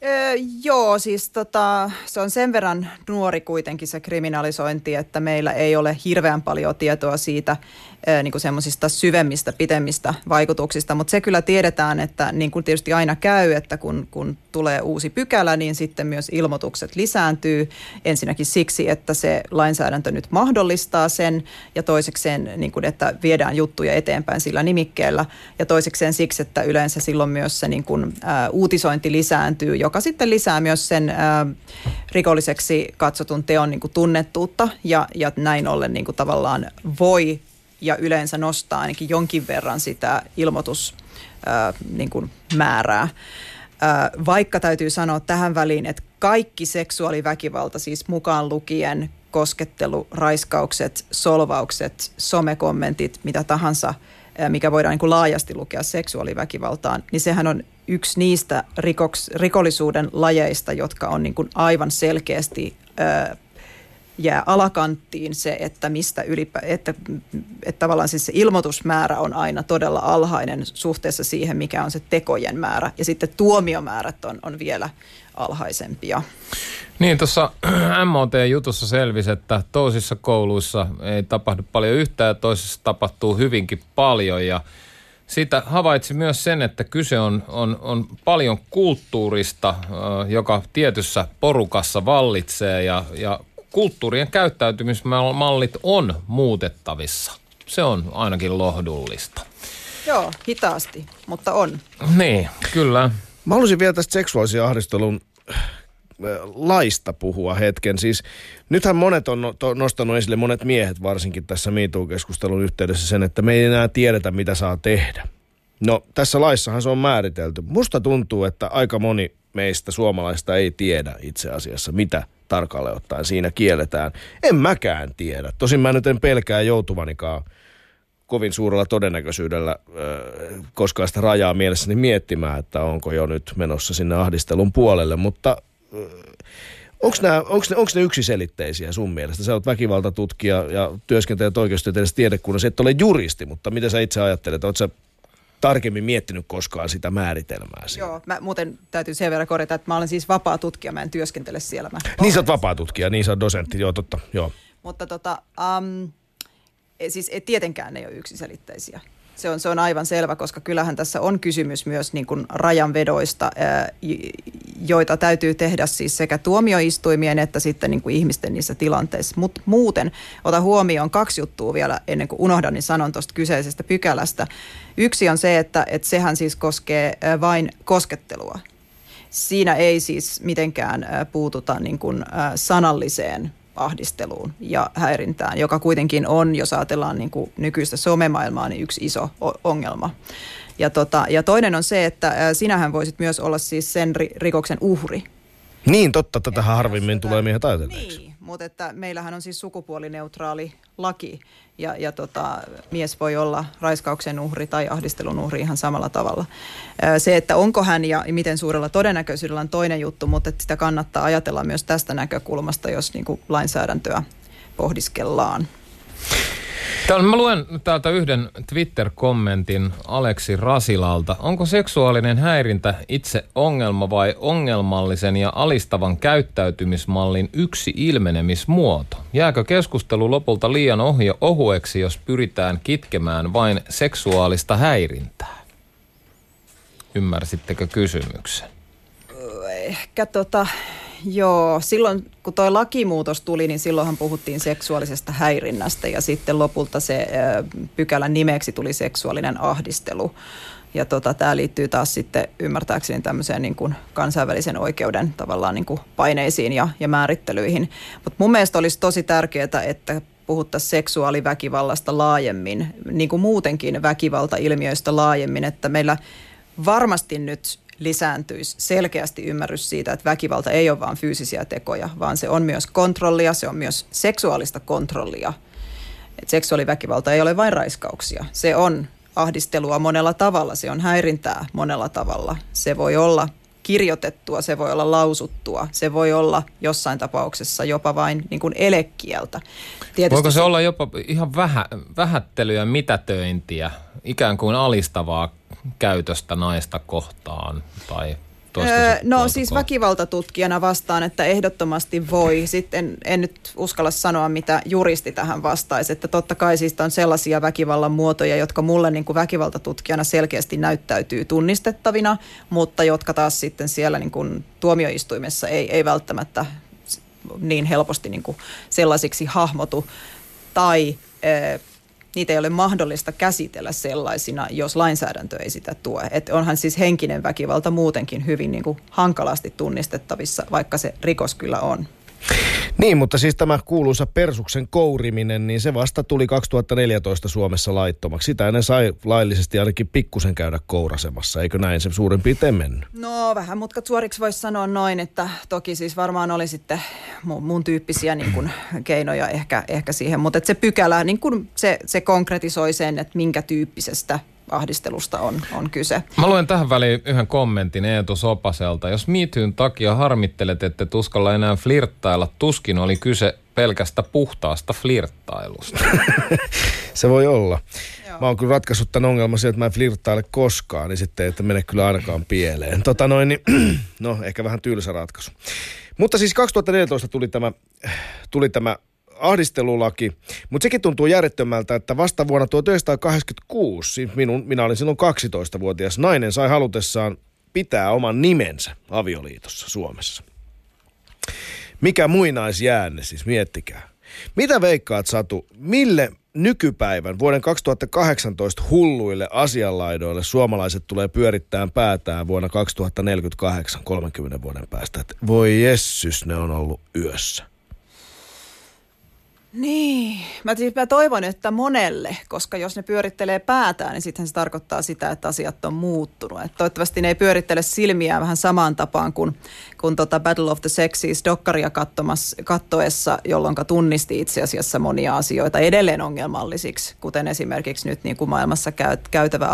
Öö, joo, siis tota, se on sen verran nuori kuitenkin se kriminalisointi, että meillä ei ole hirveän paljon tietoa siitä öö, niin kuin semmoisista syvemmistä, pitemmistä vaikutuksista, mutta se kyllä tiedetään, että niin kuin tietysti aina käy, että kun, kun tulee uusi pykälä, niin sitten myös ilmoitukset lisääntyy. Ensinnäkin siksi, että se lainsäädäntö nyt mahdollistaa sen ja toisekseen, niin kuin, että viedään juttuja eteenpäin sillä nimikkeellä ja toisekseen siksi, että yleensä silloin myös se niin kuin, ä, uutisointi lisääntyy, joka sitten lisää myös sen ä, rikolliseksi katsotun teon niin kuin tunnettuutta ja, ja näin ollen niin kuin tavallaan voi ja yleensä nostaa ainakin jonkin verran sitä ilmoitusmäärää. Niin kuin määrää. Vaikka täytyy sanoa tähän väliin, että kaikki seksuaaliväkivalta, siis mukaan lukien koskettelu, raiskaukset, solvaukset, somekommentit, mitä tahansa, mikä voidaan niin kuin laajasti lukea seksuaaliväkivaltaan, niin sehän on yksi niistä rikoks, rikollisuuden lajeista, jotka on niin kuin aivan selkeästi ö, jää alakanttiin se, että mistä ylipä, että, että tavallaan siis se ilmoitusmäärä on aina todella alhainen suhteessa siihen, mikä on se tekojen määrä. Ja sitten tuomiomäärät on, on vielä alhaisempia. Niin, tuossa M O T-jutussa selvisi, että toisissa kouluissa ei tapahdu paljon yhtään ja toisissa tapahtuu hyvinkin paljon. Ja siitä havaitsi myös sen, että kyse on, on, on paljon kulttuurista, joka tietyssä porukassa vallitsee ja, ja kulttuurien käyttäytymismallit on muutettavissa. Se on ainakin lohdullista. Joo, hitaasti, mutta on. Niin, kyllä. Mä haluaisin vielä tästä seksuaalisen ahdistelun laista puhua hetken. Siis nythän monet on nostanut esille, monet miehet varsinkin tässä Me Too-keskustelun yhteydessä sen, että me ei enää tiedetä, mitä saa tehdä. No, tässä laissahan se on määritelty. Musta tuntuu, että aika moni meistä suomalaista ei tiedä itse asiassa, mitä tarkalleen ottaen siinä kielletään. En mäkään tiedä. Tosin mä nyt en pelkää joutuvanikaan kovin suurella todennäköisyydellä äh, koskaan sitä rajaa mielessäni miettimään, että onko jo nyt menossa sinne ahdistelun puolelle, mutta äh, onko ne, ne yksiselitteisiä sun mielestä? Sä oot väkivaltatutkija ja työskentelet oikeustieteellisessä tiedekunnassa, et ole juristi, mutta mitä sä itse ajattelet? Oot sä tarkemmin miettinyt koskaan sitä määritelmää siinä? Joo, mä muuten täytyy sen verran korjata, että mä olen siis vapaa tutkija, mä en työskentele siellä. Mä niin sä oot vapaa tutkija, niin sä oot dosentti, joo totta, joo. Mutta tota, um, siis et tietenkään ne ei ole yksiselitteisiä. Se on, se on aivan selvä, koska kyllähän tässä on kysymys myös niin kuin rajanvedoista, ää, joita täytyy tehdä siis sekä tuomioistuimien että sitten niin kuin ihmisten niissä tilanteissa. Mutta muuten ota huomioon kaksi juttua vielä ennen kuin unohdan, niin sanon tuosta kyseisestä pykälästä. Yksi on se, että, että sehän siis koskee vain koskettelua. Siinä ei siis mitenkään puututa niin kuin sanalliseen ahdisteluun ja häirintään, joka kuitenkin on, jos ajatellaan niin kuin nykyistä somemaailmaa, niin yksi iso ongelma. Ja, tota, ja toinen on se, että sinähän voisit myös olla siis sen ri- rikoksen uhri. Niin, totta. Tätähän harvimmin tulee miehet ajatelleeksi. Niin, mutta että meillähän on siis sukupuolineutraali laki ja, ja tota, mies voi olla raiskauksen uhri tai ahdistelun uhri ihan samalla tavalla. Se, että onko hän ja miten suurella todennäköisyydellä on toinen juttu, mutta että sitä kannattaa ajatella myös tästä näkökulmasta, jos niin kuin lainsäädäntöä pohdiskellaan. Täällä mä luen täältä yhden Twitter-kommentin Aleksi Rasilalta. Onko seksuaalinen häirintä itse ongelma vai ongelmallisen ja alistavan käyttäytymismallin yksi ilmenemismuoto? Jääkö keskustelu lopulta liian ohi- ohueksi, jos pyritään kitkemään vain seksuaalista häirintää? Ymmärsittekö kysymyksen? Ehkä tota... Joo, silloin kun tuo lakimuutos tuli, niin silloinhan puhuttiin seksuaalisesta häirinnästä ja sitten lopulta se ö, pykälän nimeksi tuli seksuaalinen ahdistelu. Ja tota, tämä liittyy taas sitten ymmärtääkseni tämmöiseen niin kuin kansainvälisen oikeuden tavallaan niin kuin paineisiin ja, ja määrittelyihin. Mutta mun mielestä olisi tosi tärkeää, että puhuttaisiin seksuaaliväkivallasta laajemmin, niin kuin muutenkin väkivaltailmiöistä laajemmin, että meillä varmasti nyt lisääntyisi selkeästi ymmärrys siitä, että väkivalta ei ole vain fyysisiä tekoja, vaan se on myös kontrollia, se on myös seksuaalista kontrollia. Et seksuaaliväkivalta ei ole vain raiskauksia. Se on ahdistelua monella tavalla, se on häirintää monella tavalla. Se voi olla kirjoitettua, se voi olla lausuttua, se voi olla jossain tapauksessa jopa vain niin kuin elekieltä. Tietysti voiko se olla jopa ihan vähä, vähättelyä ja mitätöintiä, ikään kuin alistavaa käytöstä naista kohtaan tai toista No siis väkivaltatutkijana vastaan, että ehdottomasti voi. Sitten en, en nyt uskalla sanoa, mitä juristi tähän vastaisi. Että totta kai siis on sellaisia väkivallan muotoja, jotka mulle niin kuin väkivaltatutkijana selkeästi näyttäytyy tunnistettavina, mutta jotka taas sitten siellä niin kuin tuomioistuimessa ei, ei välttämättä niin helposti niin kuin sellaisiksi hahmotu. Tai e, niitä ei ole mahdollista käsitellä sellaisina, jos lainsäädäntö ei sitä tue. Et onhan siis henkinen väkivalta muutenkin hyvin niin kuin hankalasti tunnistettavissa, vaikka se rikos kyllä on. Niin, mutta siis tämä kuuluisa persuksen kouriminen, niin se vasta tuli kaksituhattaneljätoista Suomessa laittomaksi. Sitä ennen sai laillisesti ainakin pikkusen käydä kourasemassa, eikö näin se suurin piirtein mennyt? No vähän mutkat suoriksi voisi sanoa noin, että toki siis varmaan oli sitten mun, mun tyyppisiä niin kuin keinoja ehkä, ehkä siihen, mutta se pykälä, niin kuin se, se konkretisoi sen, että minkä tyyppisestä ahdistelusta on, on kyse. Mä luen tähän väliin yhden kommentin Eetu Sopaselta. Jos Me Toon takia harmittelet, että et uskalla enää flirttailla, tuskin oli kyse pelkästä puhtaasta flirttailusta. Se voi olla. Joo. Mä oon kyllä ratkaissut tämän ongelman sieltä, että mä en flirttaile koskaan, niin sitten että mene kyllä ainakaan pieleen. Tota noin, niin, no ehkä vähän tylsä ratkaisu. Mutta siis kaksituhattaneljätoista tuli tämä, tuli tämä ahdistelulaki, mutta sekin tuntuu järjettömältä, että vasta vuonna tuhatyhdeksänsataakahdeksankymmentäkuusi, siis minun, minä olin silloin kaksitoistavuotias, nainen sai halutessaan pitää oman nimensä avioliitossa Suomessa. Mikä muinaisjäänne siis, miettikää. Mitä veikkaat, Satu, mille nykypäivän vuoden kaksituhattakahdeksantoista hulluille asianlaidoille suomalaiset tulee pyörittämään päätään vuonna kaksituhattaneljäkymmentäkahdeksan, kolmenkymmenen vuoden päästä? Että voi jessys, ne on ollut yössä. Niin, mä, siis mä toivon, että monelle, koska jos ne pyörittelee päätään, niin sitten se tarkoittaa sitä, että asiat on muuttunut. Et toivottavasti ne ei pyörittele silmiään vähän samaan tapaan kuin, kuin tota Battle of the Sexes dokkaria kattoessa, jolloin tunnisti itse asiassa monia asioita edelleen ongelmallisiksi, kuten esimerkiksi nyt niin kuin maailmassa käy, käytävä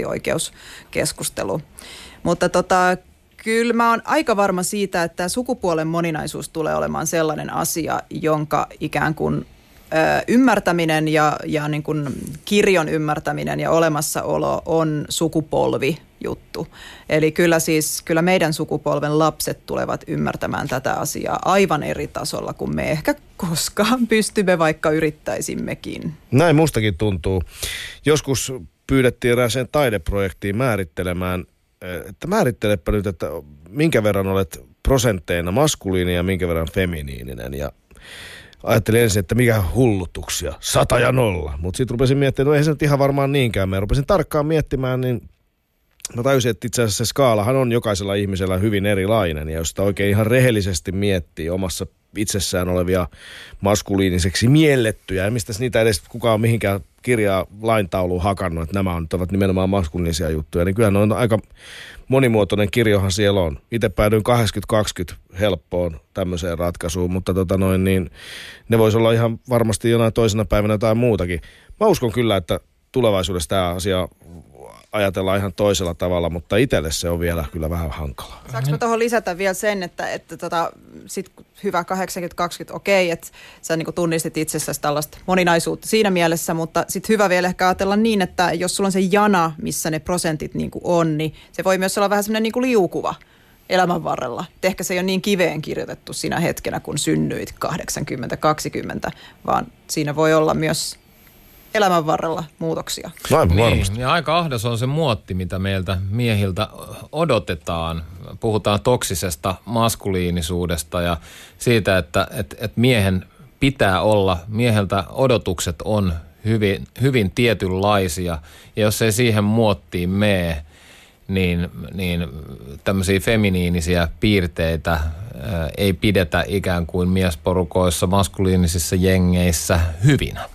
aborttioikeuskeskustelu. Mutta tota... Kyllä mä oon aika varma siitä, että sukupuolen moninaisuus tulee olemaan sellainen asia, jonka ikään kuin ö, ymmärtäminen ja, ja niin kuin kirjon ymmärtäminen ja olemassaolo on sukupolvi juttu. Eli kyllä siis kyllä meidän sukupolven lapset tulevat ymmärtämään tätä asiaa aivan eri tasolla kuin me ehkä koskaan pystymme, vaikka yrittäisimmekin. Näin mustakin tuntuu. Joskus pyydettiin erääseen taideprojektiin määrittelemään, että määrittelepä nyt, että minkä verran olet prosentteina maskuliini ja minkä verran feminiininen. Ja ajattelin ensin, että mikä hullutuksia, sata ja nolla. Mutta sitten rupesin miettimään, että no ei se nyt ihan varmaan niinkään. Mä rupesin tarkkaan miettimään, niin mä tajusin, että itse asiassa se skaalahan on jokaisella ihmisellä hyvin erilainen. Ja jos sitä oikein ihan rehellisesti miettii omassa itsessään olevia maskuliiniseksi miellettyjä, ja mistä niitä edes kukaan on mihinkään kirjaa laintauluun hakannut, että nämä on, ovat nimenomaan maskuliinisia juttuja, niin kyllä on aika monimuotoinen kirjohan siellä on. Itse päädyin kahdeksankymmentä kaksikymmentä helppoon tämmöiseen ratkaisuun, mutta tota noin, niin ne voisi olla ihan varmasti jonain toisena päivänä jotain muutakin. Mä uskon kyllä, että tulevaisuudessa tämä asia ajatellaan ihan toisella tavalla, mutta itselle se on vielä kyllä vähän hankalaa. Saanko mä tuohon lisätä vielä sen, että, että tota, sit hyvä kahdeksankymmentä kaksikymmentä, okei, että sä niin tunnistit itsessäsi tällaista moninaisuutta siinä mielessä, mutta sitten hyvä vielä ehkä ajatella niin, että jos sulla on se jana, missä ne prosentit niin on, niin se voi myös olla vähän semmoinen niin liukuva elämän varrella. Et ehkä se ei ole niin kiveen kirjoitettu siinä hetkenä, kun synnyit kahdeksankymmentä kaksikymmentä, vaan siinä voi olla myös elämän varrella muutoksia. Aivan varmasti. Niin, ja aika ahdas on se muotti, mitä meiltä miehiltä odotetaan. Puhutaan toksisesta maskuliinisuudesta ja siitä, että et, et miehen pitää olla, mieheltä odotukset on hyvin, hyvin tietynlaisia. Ja jos ei siihen muottiin mene, niin, niin tämmöisiä feminiinisiä piirteitä ää, ei pidetä ikään kuin miesporukoissa, maskuliinisissa jengeissä hyvinä.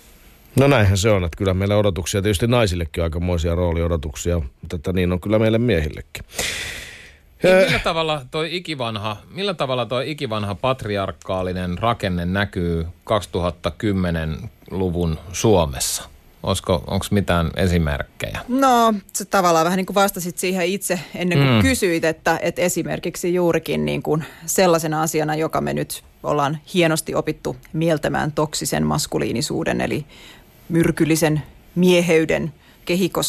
No näinhän se on, että kyllä meillä odotuksia, tietysti naisillekin on aikamoisia rooliodotuksia, mutta että niin on kyllä meille miehillekin. Niin millä tavalla toi ikivanha, millä tavalla toi ikivanha patriarkaalinen rakenne näkyy kaksituhattakymmenen-luvun Suomessa? Olisiko, onko mitään esimerkkejä? No, se tavallaan vähän niin kuin vastasit siihen itse ennen kuin mm. kysyit, että, että esimerkiksi juurikin niin kuin sellaisena asiana, joka me nyt ollaan hienosti opittu mieltämään toksisen maskuliinisuuden, eli myrkyllisen mieheyden kehikossa,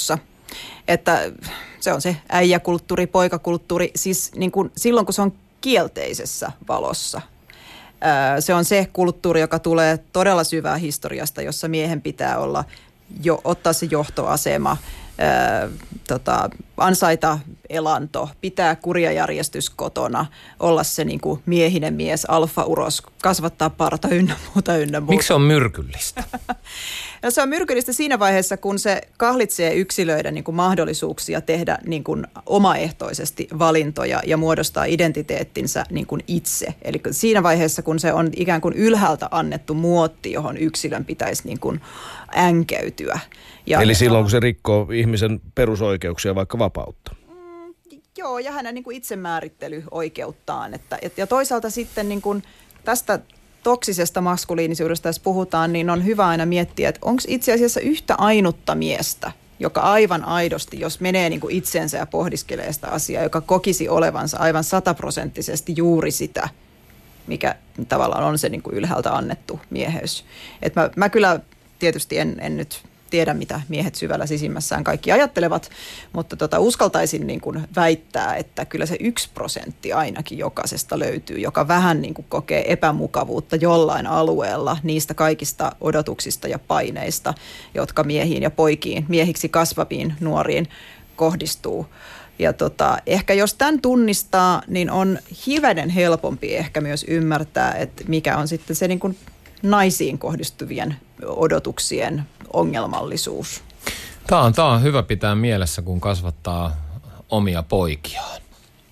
Että se on se äijäkulttuuri, poikakulttuuri, siis niin kuin silloin kun se on kielteisessä valossa. Se on se kulttuuri, joka tulee todella syvää historiasta, jossa miehen pitää olla, jo, ottaa se johtoasema, ää, tota, ansaita elanto, pitää kurjajärjestys kotona, olla se niin kuin miehinen mies, alfa-uros, kasvattaa parta ynnä muuta ynnä muuta. Miksi se on myrkyllistä? No se on myrkyllistä siinä vaiheessa, kun se kahlitsee yksilöiden niin kuin mahdollisuuksia tehdä niin kuin omaehtoisesti valintoja ja muodostaa identiteettinsä niin kuin itse. Eli siinä vaiheessa, kun se on ikään kuin ylhäältä annettu muotti, johon yksilön pitäisi niin kuin änkeytyä. Ja Eli silloin, kun se rikkoo ihmisen perusoikeuksia, vaikka vapautta. Mm, joo, ja hänen niin kuin itsemäärittelyoikeuttaan. Että, et, ja toisaalta sitten niin kuin tästä toksisesta maskuliinisuudesta, jos puhutaan, niin on hyvä aina miettiä, että onko itse asiassa yhtä ainutta miestä, joka aivan aidosti, jos menee niin kuin itsensä ja pohdiskelee sitä asiaa, joka kokisi olevansa aivan sataprosenttisesti juuri sitä, mikä tavallaan on se niin kuin ylhäältä annettu mieheys. Et mä, mä kyllä tietysti en, en nyt tiedä, mitä miehet syvällä sisimmässään kaikki ajattelevat, mutta tota, uskaltaisin niin kuin väittää, että kyllä se yksi prosentti ainakin jokaisesta löytyy, joka vähän niin kuin kokee epämukavuutta jollain alueella niistä kaikista odotuksista ja paineista, jotka miehiin ja poikiin, miehiksi kasvaviin nuoriin kohdistuu. Ja tota, ehkä jos tämän tunnistaa, niin on hivenen helpompi ehkä myös ymmärtää, että mikä on sitten se niin kuin naisiin kohdistuvien odotuksien ongelmallisuus. Tämä on, tämä on hyvä pitää mielessä, kun kasvattaa omia poikiaan.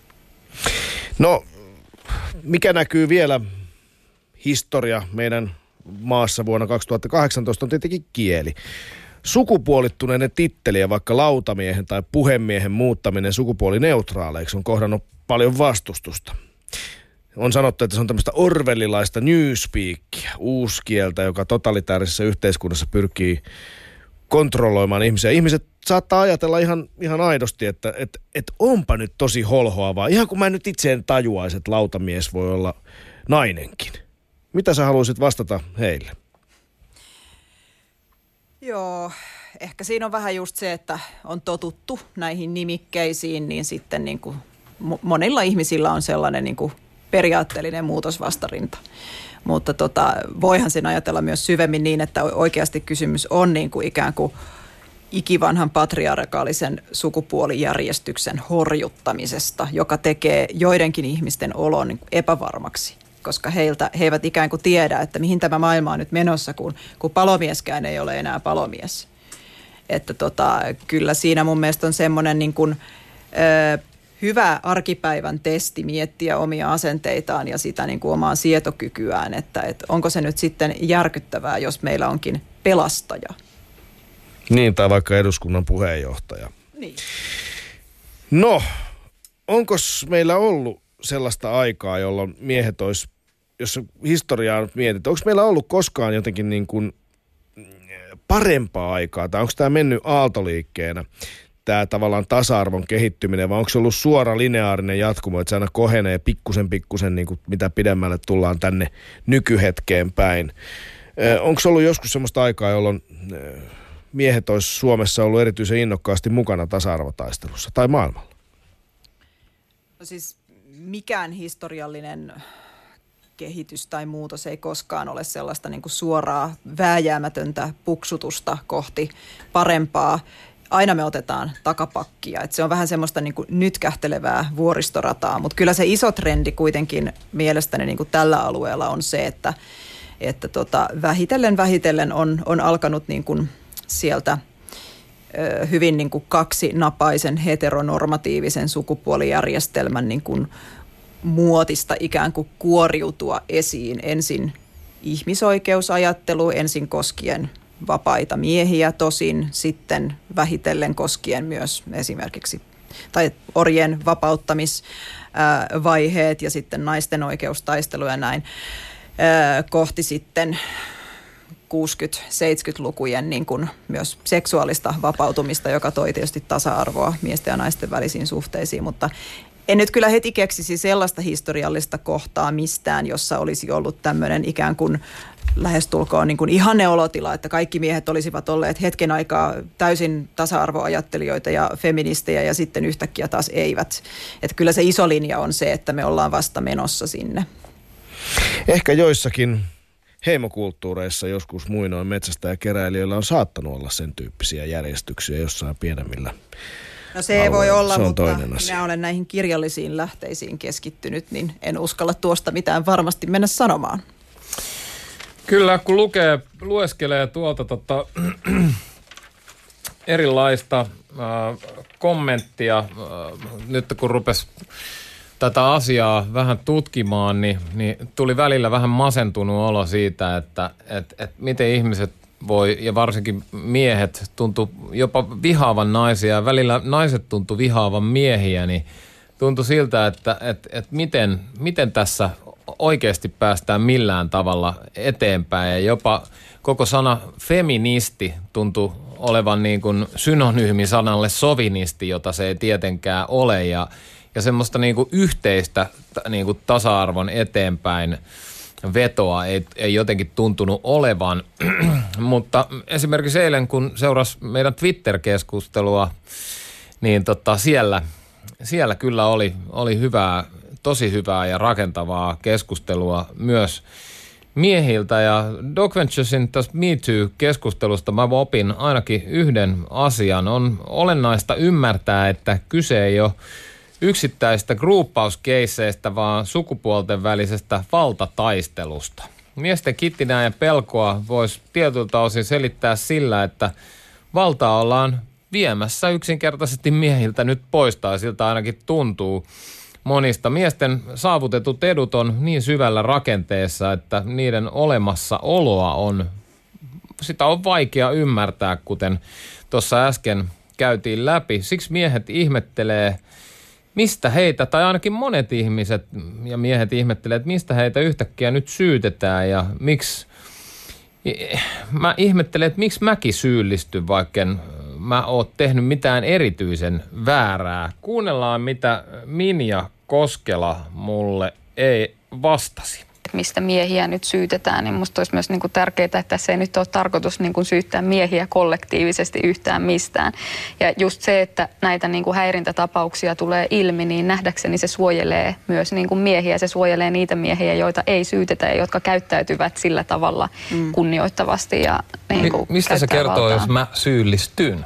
No, mikä näkyy vielä historia meidän maassa vuonna kaksituhattakahdeksantoista on tietenkin kieli. Sukupuolittuneiden titteliä, vaikka lautamiehen tai puhemiehen muuttaminen sukupuolineutraaleiksi on kohdannut paljon vastustusta. On sanottu, että se on tämmöistä orwellilaista newspeakia, uuskieltä, joka totalitaarisessa yhteiskunnassa pyrkii kontrolloimaan ihmisiä. Ihmiset saattaa ajatella ihan, ihan aidosti, että et, et onpa nyt tosi holhoavaa. Ihan kun mä nyt itse en tajuaisi, että lautamies voi olla nainenkin. Mitä sä haluaisit vastata heille? Joo, ehkä siinä on vähän just se, että on totuttu näihin nimikkeisiin, niin sitten niin kuin monilla ihmisillä on sellainen niin kuin periaatteellinen muutosvastarinta. Mutta tota, voihan sen ajatella myös syvemmin niin, että oikeasti kysymys on niin kuin ikään kuin ikivanhan patriarkaalisen sukupuolijärjestyksen horjuttamisesta, joka tekee joidenkin ihmisten olon niin kuin epävarmaksi, koska heiltä, he eivät ikään kuin tiedä, että mihin tämä maailma on nyt menossa, kun, kun palomieskään ei ole enää palomies. Että tota, kyllä siinä mun mielestä on semmoinen niin kuin, ö, hyvä arkipäivän testi miettiä omia asenteitaan ja sitä niin kuin omaa sietokykyään, että, että onko se nyt sitten järkyttävää, jos meillä onkin pelastaja. Niin, tai vaikka eduskunnan puheenjohtaja. Niin. No, onko meillä ollut sellaista aikaa, jolloin miehet olisi, jos historiaa nyt mietit, onko meillä ollut koskaan jotenkin niin kuin parempaa aikaa, tai onko tämä mennyt aaltoliikkeenä, tämä tavallaan tasa-arvon kehittyminen, vai onko se ollut suora lineaarinen jatkumo, että se aina kohenee pikkusen pikkusen, niin kuin mitä pidemmälle tullaan tänne nykyhetkeen päin. Onko ollut joskus sellaista aikaa, jolloin miehet olisi Suomessa ollut erityisen innokkaasti mukana tasa-arvotaistelussa tai maailmalla? No siis mikään historiallinen kehitys tai muutos ei koskaan ole sellaista niin kuin suoraa vääjäämätöntä puksutusta kohti parempaa. Aina me otetaan takapakkia, että se on vähän semmoista niin kuin nytkähtelevää vuoristorataa, mutta kyllä se iso trendi kuitenkin mielestäni niin kuin tällä alueella on se, että, että tota, vähitellen vähitellen on, on alkanut niin kuin sieltä ö, hyvin niin kuin kaksinapaisen heteronormatiivisen sukupuolijärjestelmän niin kuin muotista ikään kuin kuoriutua esiin ensin ihmisoikeusajattelu, ensin koskien vapaita miehiä tosin, sitten vähitellen koskien myös esimerkiksi tai orjien vapauttamisvaiheet ja sitten naisten oikeustaistelu ja näin kohti sitten kuusikymmentä-seitsemänkymmentälukujen niin kuin myös seksuaalista vapautumista, joka toi tietysti tasa-arvoa miesten ja naisten välisiin suhteisiin, mutta En nyt kyllä heti keksisi sellaista historiallista kohtaa mistään, jossa olisi ollut tämmöinen ikään kuin lähestulkoon niin kuin ihanneolotila, että kaikki miehet olisivat olleet hetken aikaa täysin tasa-arvoajattelijoita ja feministejä ja sitten yhtäkkiä taas eivät. Että kyllä se iso linja on se, että me ollaan vasta menossa sinne. Ehkä joissakin heimokulttuureissa joskus muinoin metsästäjäkeräilijöillä on saattanut olla sen tyyppisiä järjestyksiä jossain pienemmillä. No se ei voi olla, se mutta minä olen näihin kirjallisiin lähteisiin keskittynyt, niin en uskalla tuosta mitään varmasti mennä sanomaan. Kyllä, kun lukee, lueskelee tuolta tota, erilaista äh, kommenttia, äh, nyt kun rupesi tätä asiaa vähän tutkimaan, niin, niin tuli välillä vähän masentunut olo siitä, että et, et miten ihmiset voi, ja varsinkin miehet, tuntuu jopa vihaavan naisia, ja välillä naiset tuntuu vihaavan miehiä, niin tuntui siltä, että et, et miten, miten tässä oikeasti päästään millään tavalla eteenpäin, ja jopa koko sana feministi tuntui olevan niin kuin synonyymi sanalle sovinisti, jota se ei tietenkään ole, ja Ja semmoista niinku yhteistä niinku tasa-arvon eteenpäin vetoa ei, ei jotenkin tuntunut olevan. Mutta esimerkiksi eilen, kun seurasi meidän Twitter-keskustelua, niin tota siellä, siellä kyllä oli, oli hyvää, tosi hyvää ja rakentavaa keskustelua myös miehiltä. Ja Doc Venturesin tästä Me Too-keskustelusta mä opin ainakin yhden asian. On olennaista ymmärtää, että kyse ei ole yksittäisistä gruuppauskeisseistä, vaan sukupuolten välisestä valtataistelusta. Miesten kittinää ja pelkoa voisi tietyltä osin selittää sillä, että valtaa ollaan viemässä yksinkertaisesti miehiltä nyt pois, tai siltä ainakin tuntuu monista. Miesten saavutetut edut on niin syvällä rakenteessa, että niiden olemassaoloa on, sitä on vaikea ymmärtää, kuten tuossa äsken käytiin läpi. Siksi miehet ihmettelee, mistä heitä, tai ainakin monet ihmiset ja miehet ihmettelee, että mistä heitä yhtäkkiä nyt syytetään ja miksi, mä ihmettelen, että miksi mäkin syyllistyn, vaikka en mä oon tehnyt mitään erityisen väärää. Kuunnellaan, mitä Minja Koskela mulle ei vastasi. Mistä miehiä nyt syytetään, niin musta olisi myös niin kuin tärkeää, että tässä ei nyt ole tarkoitus niin kuin syyttää miehiä kollektiivisesti yhtään mistään. Ja just se, että näitä niin kuin häirintätapauksia tulee ilmi, niin nähdäkseni se suojelee myös niin kuin miehiä. Se suojelee niitä miehiä, joita ei syytetä ja jotka käyttäytyvät sillä tavalla mm. kunnioittavasti. Ja niin kuin Mi- mistä se kertoo, valtaa. Jos mä syyllistyn?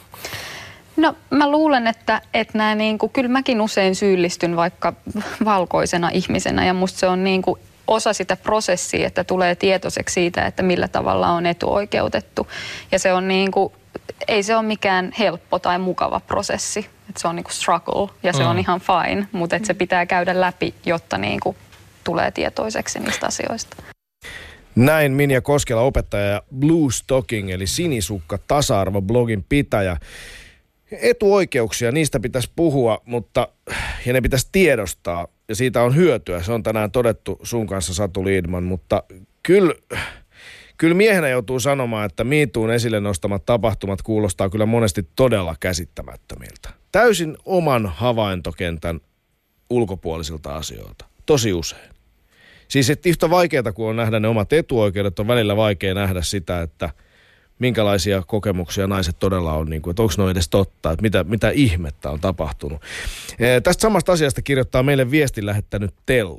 No mä luulen, että, että nämä niin kuin, kyllä mäkin usein syyllistyn vaikka valkoisena ihmisenä ja musta se on niin kuin osa sitä prosessia, että tulee tietoiseksi siitä, että millä tavalla on etuoikeutettu. Ja se on niin kuin, ei se ole mikään helppo tai mukava prosessi. Että se on niin kuin struggle ja se mm. on ihan fine, mutta että se pitää käydä läpi, jotta niin kuin tulee tietoiseksi niistä asioista. Näin Minja Koskela, opettaja ja Blue Stocking eli sinisukka tasa-arvo-blogin pitäjä. Etuoikeuksia, niistä pitäisi puhua, mutta ja ne pitäisi tiedostaa ja siitä on hyötyä. Se on tänään todettu sun kanssa, Satu Liedman, mutta kyllä, kyllä miehenä joutuu sanomaan, että Me Toon esille nostamat tapahtumat kuulostaa kyllä monesti todella käsittämättömiltä. Täysin oman havaintokentän ulkopuolisilta asioilta. Tosi usein. Siis että yhtä vaikeaa kuin on nähdä ne omat etuoikeudet, on välillä vaikea nähdä sitä, että minkälaisia kokemuksia naiset todella on, niin kuin, että onko ne edes totta, että mitä, mitä ihmettä on tapahtunut. E, tästä samasta asiasta kirjoittaa meille viestin lähettänyt Tellu.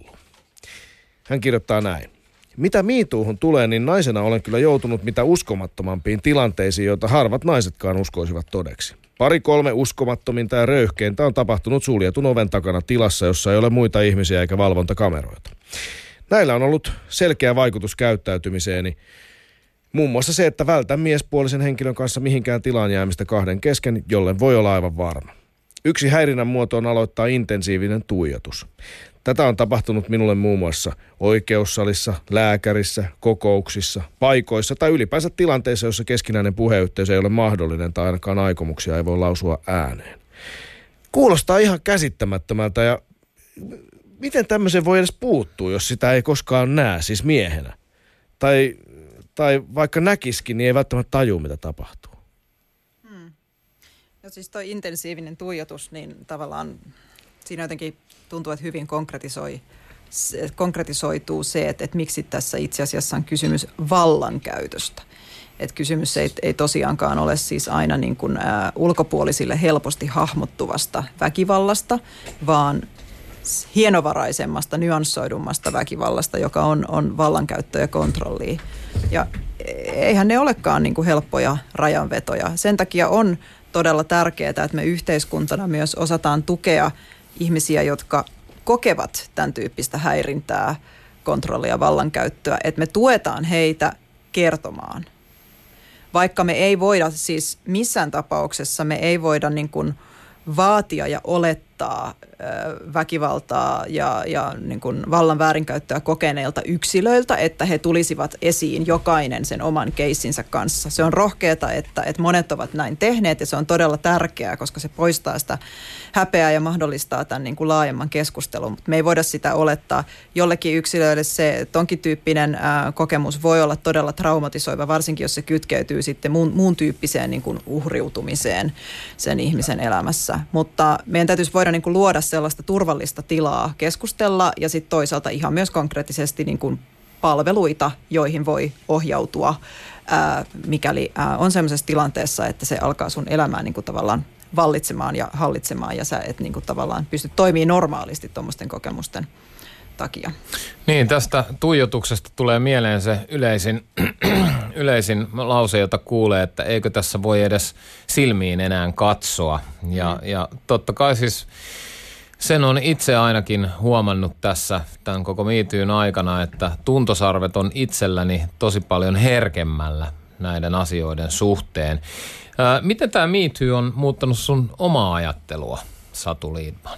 Hän kirjoittaa näin. Mitä Me Toohun tulee, niin naisena olen kyllä joutunut mitä uskomattomampiin tilanteisiin, joita harvat naisetkaan uskoisivat todeksi. Pari kolme uskomattominta ja röyhkeintä on tapahtunut suljetun oven takana tilassa, jossa ei ole muita ihmisiä eikä valvontakameroita. Näillä on ollut selkeä vaikutus käyttäytymiseeni. Muun muassa se, että vältän miespuolisen henkilön kanssa mihinkään tilaan jäämistä kahden kesken, jolle voi olla aivan varma. Yksi häirinnän muoto on aloittaa intensiivinen tuijotus. Tätä on tapahtunut minulle muun muassa oikeussalissa, lääkärissä, kokouksissa, paikoissa tai ylipäänsä tilanteissa, jossa keskinäinen puheyhteys ei ole mahdollinen tai ainakaan aikomuksia ei voi lausua ääneen. Kuulostaa ihan käsittämättömältä ja miten tämmöisen voi edes puuttua, jos sitä ei koskaan näe, siis miehenä? Tai... Tai vaikka näkisikin, niin ei välttämättä tajua, mitä tapahtuu. Hmm. No siis toi intensiivinen tuijotus, niin tavallaan Siinä jotenkin tuntuu, että hyvin konkretisoi, konkretisoituu se, että, että miksi tässä itse asiassa on kysymys vallankäytöstä. Että kysymys ei, ei tosiaankaan ole siis aina niin kuin, ä, ulkopuolisille helposti hahmottuvasta väkivallasta, vaan hienovaraisemmasta, nyanssoidummasta väkivallasta, joka on, on vallankäyttöä ja kontrollia. Ja eihän ne olekaan niin kuin helppoja rajanvetoja. Sen takia on todella tärkeää, että me yhteiskuntana myös osataan tukea ihmisiä, jotka kokevat tämän tyyppistä häirintää, kontrollia ja vallankäyttöä, että me tuetaan heitä kertomaan. Vaikka me ei voida, siis missään tapauksessa me ei voida niin kuin vaatia ja olettaa väkivaltaa ja, ja niin kuin vallan väärinkäyttöä kokeneilta yksilöiltä, että he tulisivat esiin jokainen sen oman keissinsä kanssa. Se on rohkeata, että, että monet ovat näin tehneet ja se on todella tärkeää, koska se poistaa sitä häpeää ja mahdollistaa tämän niin kuin laajemman keskustelun. Mutta me ei voida sitä olettaa. Jollekin yksilöille se tonkin tyyppinen ää, kokemus voi olla todella traumatisoiva, varsinkin jos se kytkeytyy sitten muun, muun tyyppiseen niin kuin uhriutumiseen sen ihmisen elämässä. Mutta meidän täytyisi voida niin kuin luoda sellaista turvallista tilaa keskustella ja sitten toisaalta ihan myös konkreettisesti niin kuin palveluita, joihin voi ohjautua, ää, mikäli ää, on sellaisessa tilanteessa, että se alkaa sun elämää niin kuin tavallaan vallitsemaan ja hallitsemaan ja sä et niin kuin tavallaan pysty toimimaan normaalisti tuommoisten kokemusten takia. Niin, tästä tuijotuksesta tulee mieleen se yleisin, yleisin lause, jota kuulee, että eikö tässä voi edes silmiin enää katsoa. Ja, mm. ja totta kai siis sen on itse ainakin huomannut tässä tämän koko MeToon aikana, että tuntosarvet on itselläni tosi paljon herkemmällä näiden asioiden suhteen. Ää, miten tämä MeToo on muuttanut sun omaa ajattelua, Satu Lidman?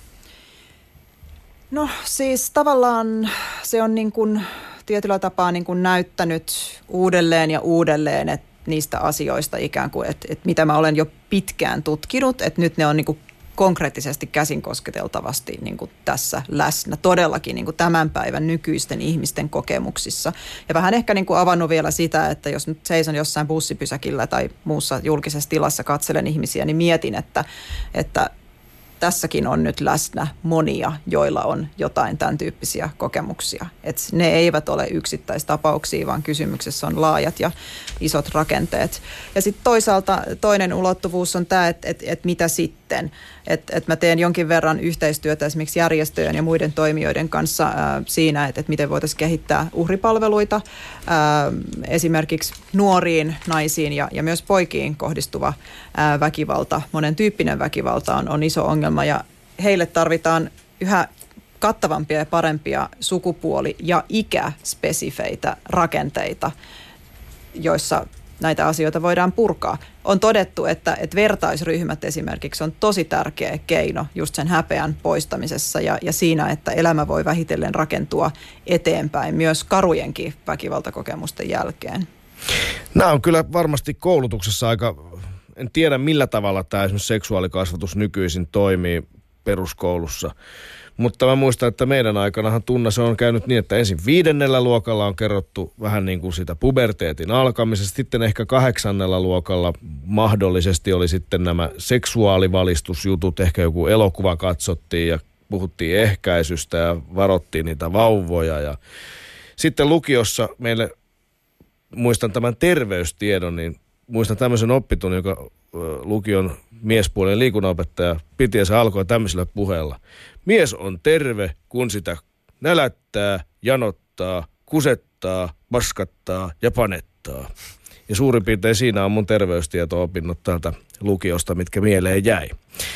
No siis tavallaan se on niin kuin tietyllä tapaa niin kuin näyttänyt uudelleen ja uudelleen että niistä asioista ikään kuin, että, että mitä mä olen jo pitkään tutkinut, että nyt ne on niin kuin konkreettisesti käsin kosketeltavasti niin kuin tässä läsnä, todellakin niin kuin tämän päivän nykyisten ihmisten kokemuksissa. Ja vähän ehkä niin kuin avannut vielä sitä, että jos nyt seison jossain bussipysäkillä tai muussa julkisessa tilassa katselen ihmisiä, niin mietin, että, että tässäkin on nyt läsnä monia, joilla on jotain tämän tyyppisiä kokemuksia. Et ne eivät ole yksittäistapauksia, vaan kysymyksessä on laajat ja isot rakenteet. Ja sitten toisaalta toinen ulottuvuus on tämä, että et, et mitä sitten. Että et mä teen jonkin verran yhteistyötä esimerkiksi järjestöjen ja muiden toimijoiden kanssa ää, siinä, että et miten voitaisiin kehittää uhripalveluita. Ää, esimerkiksi nuoriin, naisiin ja, ja myös poikiin kohdistuva ää, väkivalta, monen tyyppinen väkivalta on, on iso ongelma ja heille tarvitaan yhä kattavampia ja parempia sukupuoli- ja ikäspesifeitä rakenteita, joissa näitä asioita voidaan purkaa. On todettu, että, että vertaisryhmät esimerkiksi on tosi tärkeä keino just sen häpeän poistamisessa ja, ja siinä, että elämä voi vähitellen rakentua eteenpäin myös karujenkin väkivaltakokemusten jälkeen. Nämä on kyllä varmasti koulutuksessa aika, en tiedä millä tavalla tämä esimerkiksi seksuaalikasvatus nykyisin toimii peruskoulussa. Mutta mä muistan, että meidän aikanahan Tunna se on käynyt niin, että ensin viidennellä luokalla on kerrottu vähän niin kuin sitä puberteetin alkamisesta. Sitten ehkä kahdeksannella luokalla mahdollisesti oli sitten nämä seksuaalivalistusjutut. Ehkä joku elokuva katsottiin ja puhuttiin ehkäisystä ja varottiin niitä vauvoja. Ja sitten lukiossa meille, muistan tämän terveystiedon, niin muistan tämmöisen oppitunnin, joka lukion miespuolinen liikunnanopettaja piti ja se alkoi tämmöisellä puheella. Mies on terve, kun sitä nälättää, janottaa, kusettaa, paskattaa ja panettaa. Ja suurin piirtein siinä on mun terveystieto-opinnot täältä lukiosta, mitkä mieleen jäi.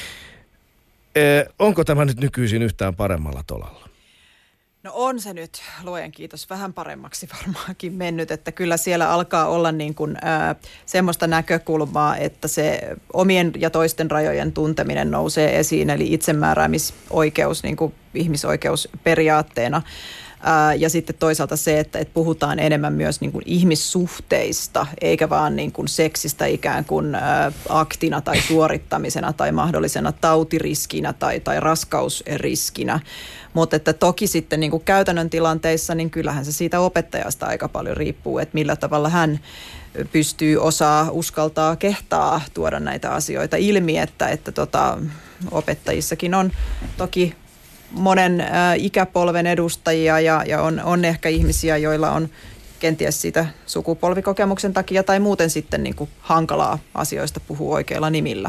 Ee, onko tämä nyt nykyisin yhtään paremmalla tolalla? No on se nyt, luojan kiitos, vähän paremmaksi varmaankin mennyt, että kyllä siellä alkaa olla niin kuin, ää, semmoista näkökulmaa, että se omien ja toisten rajojen tunteminen nousee esiin, eli itsemääräämisoikeus niin kuin ihmisoikeusperiaatteena. Ää, ja sitten toisaalta se, että, että puhutaan enemmän myös niin kuin ihmissuhteista, eikä vaan niin kuin seksistä ikään kuin ää, aktina tai suorittamisena tai mahdollisena tautiriskinä tai, tai raskausriskinä. Mutta että toki sitten niin kuin käytännön tilanteissa, niin kyllähän se siitä opettajasta aika paljon riippuu, että millä tavalla hän pystyy, osaa, uskaltaa, kehtaa tuoda näitä asioita ilmi, että, että tota, opettajissakin on toki monen ä, ikäpolven edustajia ja, ja on, on ehkä ihmisiä, joilla on kenties siitä sukupolvikokemuksen takia tai muuten sitten niin kuin hankalaa asioista puhua oikeilla nimillä.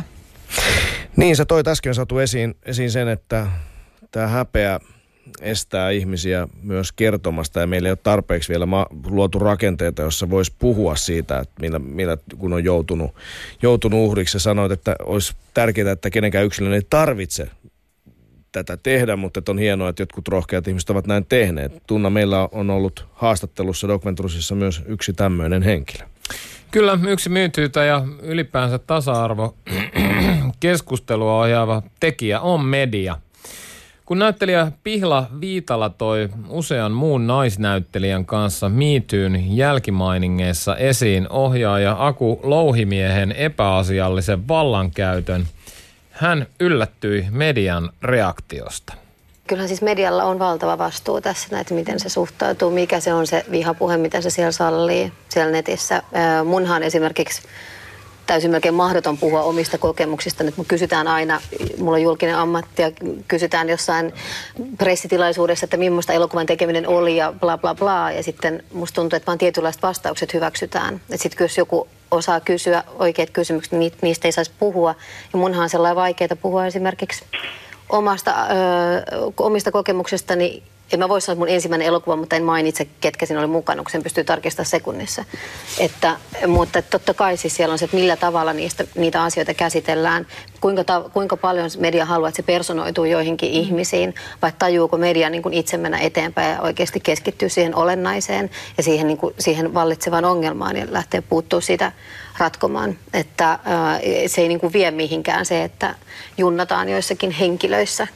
Niin, sä toit äsken Satu esiin, esiin sen, että tämä häpeä estää ihmisiä myös kertomasta ja meillä ei ole tarpeeksi vielä ma- luotu rakenteita, jossa voisi puhua siitä, että millä, millä kun on joutunut, joutunut uhriksi. Sanoit, että olisi tärkeää, että kenenkään yksilön ei tarvitse tätä tehdä, mutta on hienoa, että jotkut rohkeat ihmiset ovat näin tehneet. Tunna, meillä on ollut haastattelussa Doc Venturesissa myös yksi tämmöinen henkilö. Kyllä, yksi myytyytä ja ylipäänsä tasa-arvo keskustelua ohjaava tekijä on media. Kun näyttelijä Pihla Viitala toi usean muun naisnäyttelijän kanssa Me Toon jälkimainingeissa esiin ohjaaja Aku Louhimiehen epäasiallisen vallankäytön, hän yllättyi median reaktiosta. Kyllähän siis medialla on valtava vastuu tässä, että miten se suhtautuu, mikä se on se vihapuhe, mitä se siellä sallii siellä netissä. Munhan esimerkiksi täysin melkein mahdoton puhua omista kokemuksista. Nyt mun kysytään aina, mulla on julkinen ammatti ja kysytään jossain pressitilaisuudessa, että millaista elokuvan tekeminen oli ja bla bla bla. Ja sitten musta tuntuu, että vaan tietynlaiset vastaukset hyväksytään. Että sitten jos joku osaa kysyä oikeat kysymykset, niin niistä ei saisi puhua. Ja munhan on sellainen vaikeaa puhua esimerkiksi omasta, ö, omista kokemuksistani. En mä voi sanoa, että mun ensimmäinen elokuva, mutta en mainitse, ketkä siinä oli mukana, kun sen pystyy tarkistamaan sekunnissa. Että, mutta totta kai siis siellä on se, että millä tavalla niistä, niitä asioita käsitellään. Kuinka, ta, kuinka paljon media haluaa, että se personoituu joihinkin mm. ihmisiin, vai tajuuko media niin kuin itse mennä eteenpäin ja oikeasti keskittyy siihen olennaiseen ja siihen, niin kuin, siihen vallitsevaan ongelmaan ja lähtee puuttuu siitä ratkomaan. Että ää, se ei niin kuin vie mihinkään se, että junnataan joissakin henkilöissä.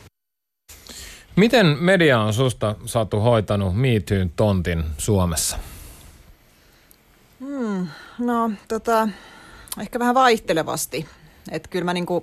Miten media on susta, Satu, hoitanut Me Toon tontin Suomessa? Hmm, no, tota, ehkä vähän vaihtelevasti. Että kyllä mä niinku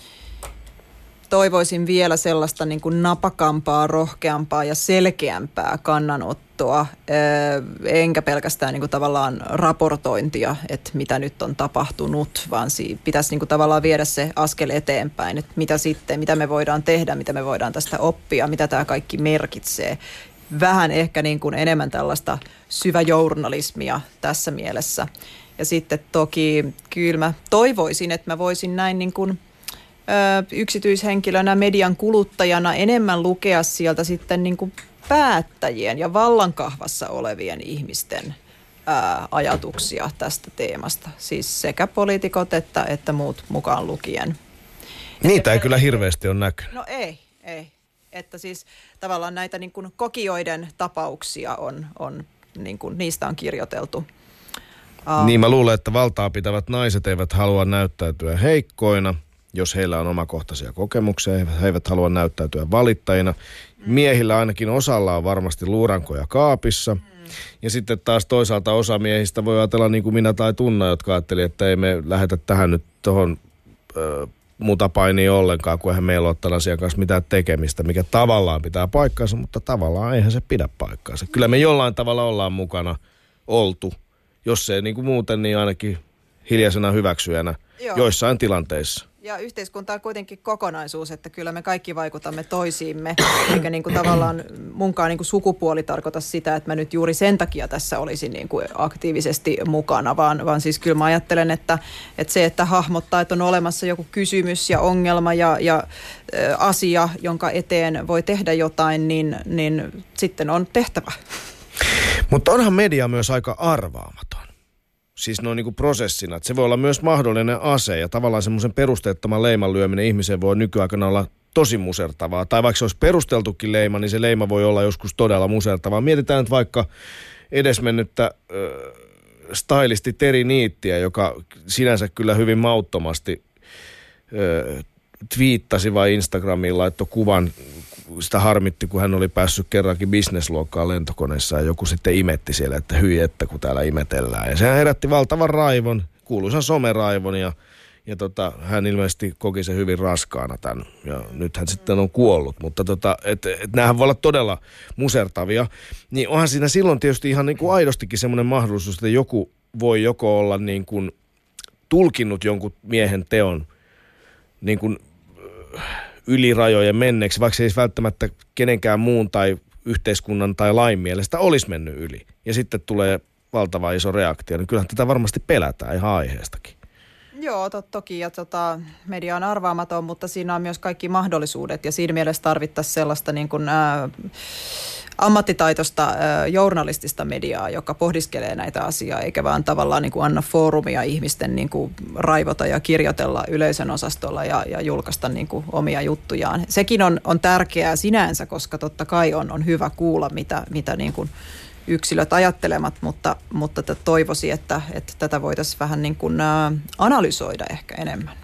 toivoisin vielä sellaista niinku napakampaa, rohkeampaa ja selkeämpää kannanottoa, enkä pelkästään niinku tavallaan raportointia, että mitä nyt on tapahtunut, vaan pitäisi niinku tavallaan viedä se askel eteenpäin, että mitä sitten, mitä me voidaan tehdä, mitä me voidaan tästä oppia, mitä tämä kaikki merkitsee. Vähän ehkä niin kuin enemmän tällaista syväjournalismia tässä mielessä. Ja sitten toki kyllä mä toivoisin, että mä voisin näin niin kuin ö, yksityishenkilönä, median kuluttajana enemmän lukea sieltä sitten niin kuin päättäjien ja vallankahvassa olevien ihmisten ää, ajatuksia tästä teemasta. Siis sekä poliitikot että, että muut mukaan lukien. Niitä ei kyllä hirveästi ole näkynyt. No ei, ei. Että siis tavallaan näitä niin kuin kokijoiden tapauksia on, on niin kuin, niistä on kirjoiteltu. Uh, niin mä luulen, että valtaa pitävät naiset eivät halua näyttäytyä heikkoina, jos heillä on omakohtaisia kokemuksia. He eivät halua näyttäytyä valittajina. Miehillä ainakin osalla on varmasti luurankoja kaapissa. Mm. Ja sitten taas toisaalta osa miehistä voi ajatella niin kuin minä tai Tunna, jotka ajatteli, että ei me lähetä tähän nyt tuohon Ö, muuta painia ollenkaan, kun eihän meillä ole tämän asian kanssa mitään tekemistä, mikä tavallaan pitää paikkaansa, mutta tavallaan eihän se pidä paikkaansa. Kyllä me jollain tavalla ollaan mukana oltu, jos ei niin kuin muuten, niin ainakin hiljaisena hyväksyjänä Joo. joissain tilanteissa. Ja yhteiskunta on kuitenkin kokonaisuus, että kyllä me kaikki vaikutamme toisiimme, eikä niin kuin tavallaan munkaan niin kuin sukupuoli tarkoita sitä, että mä nyt juuri sen takia tässä olisin niin kuin aktiivisesti mukana, vaan, vaan siis kyllä mä ajattelen, että, että se, että hahmottaa, että on olemassa joku kysymys ja ongelma ja, ja ä, asia, jonka eteen voi tehdä jotain, niin, niin sitten on tehtävä. Mutta onhan media myös aika arvaamaton. Siis noin niin kuin prosessina, että se voi olla myös mahdollinen ase ja tavallaan semmoisen perusteettoman leiman lyöminen ihmiseen voi nykyaikana olla tosi musertavaa. Tai vaikka se olisi perusteltukin leima, niin se leima voi olla joskus todella musertavaa. Mietitään nyt vaikka edesmennyttä äh, stylisti Teri Niittiä, joka sinänsä kyllä hyvin mauttomasti äh, twiittasi vai Instagramiin laittoi kuvan. Sitä harmitti, kun hän oli päässyt kerrankin bisnesluokkaan lentokoneessa ja joku sitten imetti siellä, että hyi, että kun täällä imetellään. Ja sehän herätti valtavan raivon, kuuluisan someraivon ja, ja tota, hän ilmeisesti koki sen hyvin raskaana tämän. Ja nyt hän sitten on kuollut, mutta tota, et, et näähän voi olla todella musertavia. Niin onhan siinä silloin tietysti ihan niin kuin aidostikin semmoinen mahdollisuus, että joku voi joko olla niin kuin tulkinnut jonkun miehen teon niin kuin yli rajojen menneeksi, vaikka se ei välttämättä kenenkään muun tai yhteiskunnan tai lain mielestä olisi mennyt yli. Ja sitten tulee valtava iso reaktio, niin kyllähän tätä varmasti pelätään ihan aiheestakin. Joo, to, toki. Ja tota, media on arvaamaton, mutta siinä on myös kaikki mahdollisuudet. Ja siinä mielessä tarvittaisiin sellaista niin kuin, ää, ammattitaitoista ää, journalistista mediaa, joka pohdiskelee näitä asiaa, eikä vaan tavallaan niin kuin anna foorumia ihmisten niin kuin raivota ja kirjoitella yleisön osastolla ja, ja julkaista niin kuin omia juttujaan. Sekin on, on tärkeää sinänsä, koska totta kai on, on hyvä kuulla, mitä, mitä niin kuin yksilöt ajattelemat, mutta, mutta toivoisin, että, että tätä voitaisiin vähän niin kuin ä, analysoida ehkä enemmän.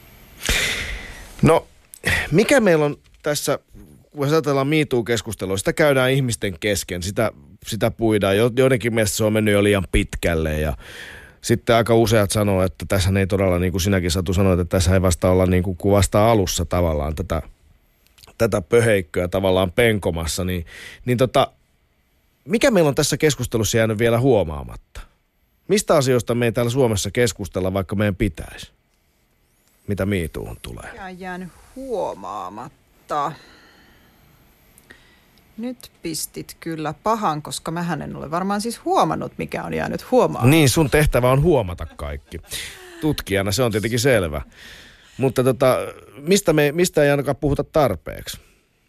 No, mikä meillä on tässä, kun ajatellaan Me Too-keskustelua, sitä käydään ihmisten kesken, sitä, sitä puidaan. Joidenkin mielestä se on mennyt jo liian pitkälle ja sitten aika useat sanoo, että tässä ei todella, niin kuin sinäkin Satu sanoit, että tässä ei vasta olla niin kuin vasta alussa tavallaan tätä, tätä pöheikköä tavallaan penkomassa, niin, niin tota, mikä meillä on tässä keskustelussa jäänyt vielä huomaamatta? Mistä asioista me ei täällä Suomessa keskustella, vaikka meidän pitäisi? Mitä Me Toohun tulee? Mikä on jäänyt huomaamatta? Nyt pistit kyllä pahan, koska mähän en ole varmaan siis huomannut, mikä on jäänyt huomaamatta. Niin, sun tehtävä on huomata kaikki. Tutkijana se on tietenkin selvä. Mutta tota, mistä, me, mistä ei ainakaan puhuta tarpeeksi?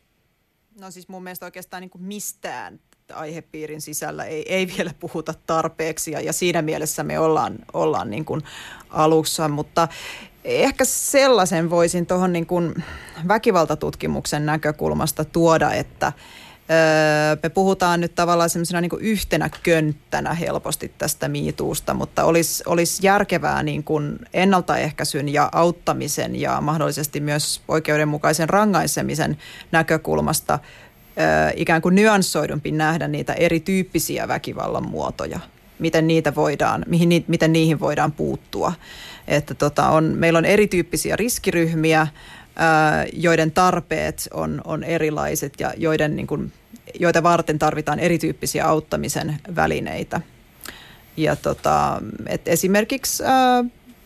No siis mun mielestä oikeastaan niin kuin mistään aihepiirin sisällä ei, ei vielä puhuta tarpeeksi ja, ja siinä mielessä me ollaan, ollaan niin kuin alussa, mutta ehkä sellaisen voisin tuohon niin kuin väkivaltatutkimuksen näkökulmasta tuoda, että öö, me puhutaan nyt tavallaan semmoisena niin kuin yhtenä könttänä helposti tästä Me Toosta, mutta olisi, olisi järkevää niin kuin ennaltaehkäisyn ja auttamisen ja mahdollisesti myös oikeudenmukaisen rangaisemisen näkökulmasta ikään kuin nyanssoidumpi nähdä niitä erityyppisiä väkivallan muotoja, miten niitä voidaan, mihin, miten niihin voidaan puuttua. Että tota on, meillä on erityyppisiä riskiryhmiä, ää, joiden tarpeet on, on erilaiset ja joiden, niin kuin, joita varten tarvitaan erityyppisiä auttamisen välineitä. Ja tota, et esimerkiksi ää,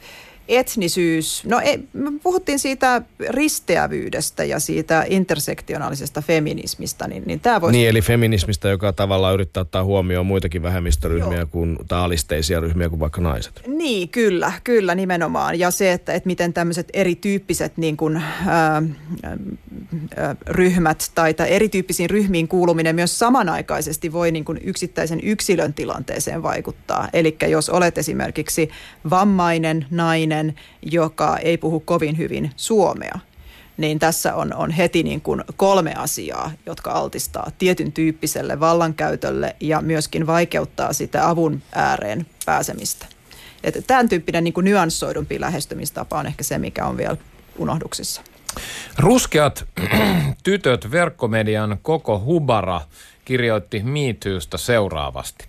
etnisyys, no ei, me puhuttiin siitä risteävyydestä ja siitä intersektionaalisesta feminismistä, niin, niin tämä voisi... Niin, eli feminismistä, joka tavallaan yrittää ottaa huomioon muitakin vähemmistöryhmiä kuin, tai alisteisia ryhmiä kuin vaikka naiset. Niin, kyllä, kyllä nimenomaan. Ja se, että, että miten tämmöiset erityyppiset niin kuin, ää, ää, ryhmät tai, tai erityyppisiin ryhmiin kuuluminen myös samanaikaisesti voi niin kuin yksittäisen yksilön tilanteeseen vaikuttaa. Eli jos olet esimerkiksi vammainen nainen, joka ei puhu kovin hyvin suomea, niin tässä on, on heti niin kuin kolme asiaa, jotka altistaa tietyn tyyppiselle vallankäytölle ja myöskin vaikeuttaa sitä avun ääreen pääsemistä. Että tämän tyyppinen niin kuin nyanssoidumpi lähestymistapa on ehkä se, mikä on vielä unohduksissa. Ruskeat tytöt verkkomedian koko hubara kirjoitti Me Toosta seuraavasti.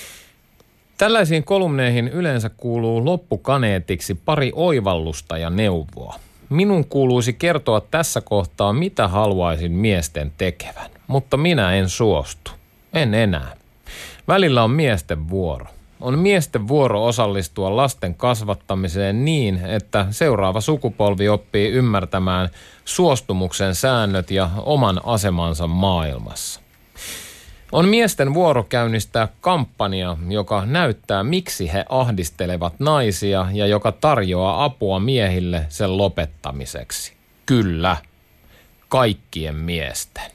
Tällaisiin kolumneihin yleensä kuuluu loppukaneetiksi pari oivallusta ja neuvoa. Minun kuuluisi kertoa tässä kohtaa, mitä haluaisin miesten tekevän, mutta minä en suostu. En enää. Välillä on miesten vuoro. On miesten vuoro osallistua lasten kasvattamiseen niin, että seuraava sukupolvi oppii ymmärtämään suostumuksen säännöt ja oman asemansa maailmassa. On miesten vuoro käynnistää kampanja, joka näyttää, miksi he ahdistelevat naisia ja joka tarjoaa apua miehille sen lopettamiseksi. Kyllä, kaikkien miesten.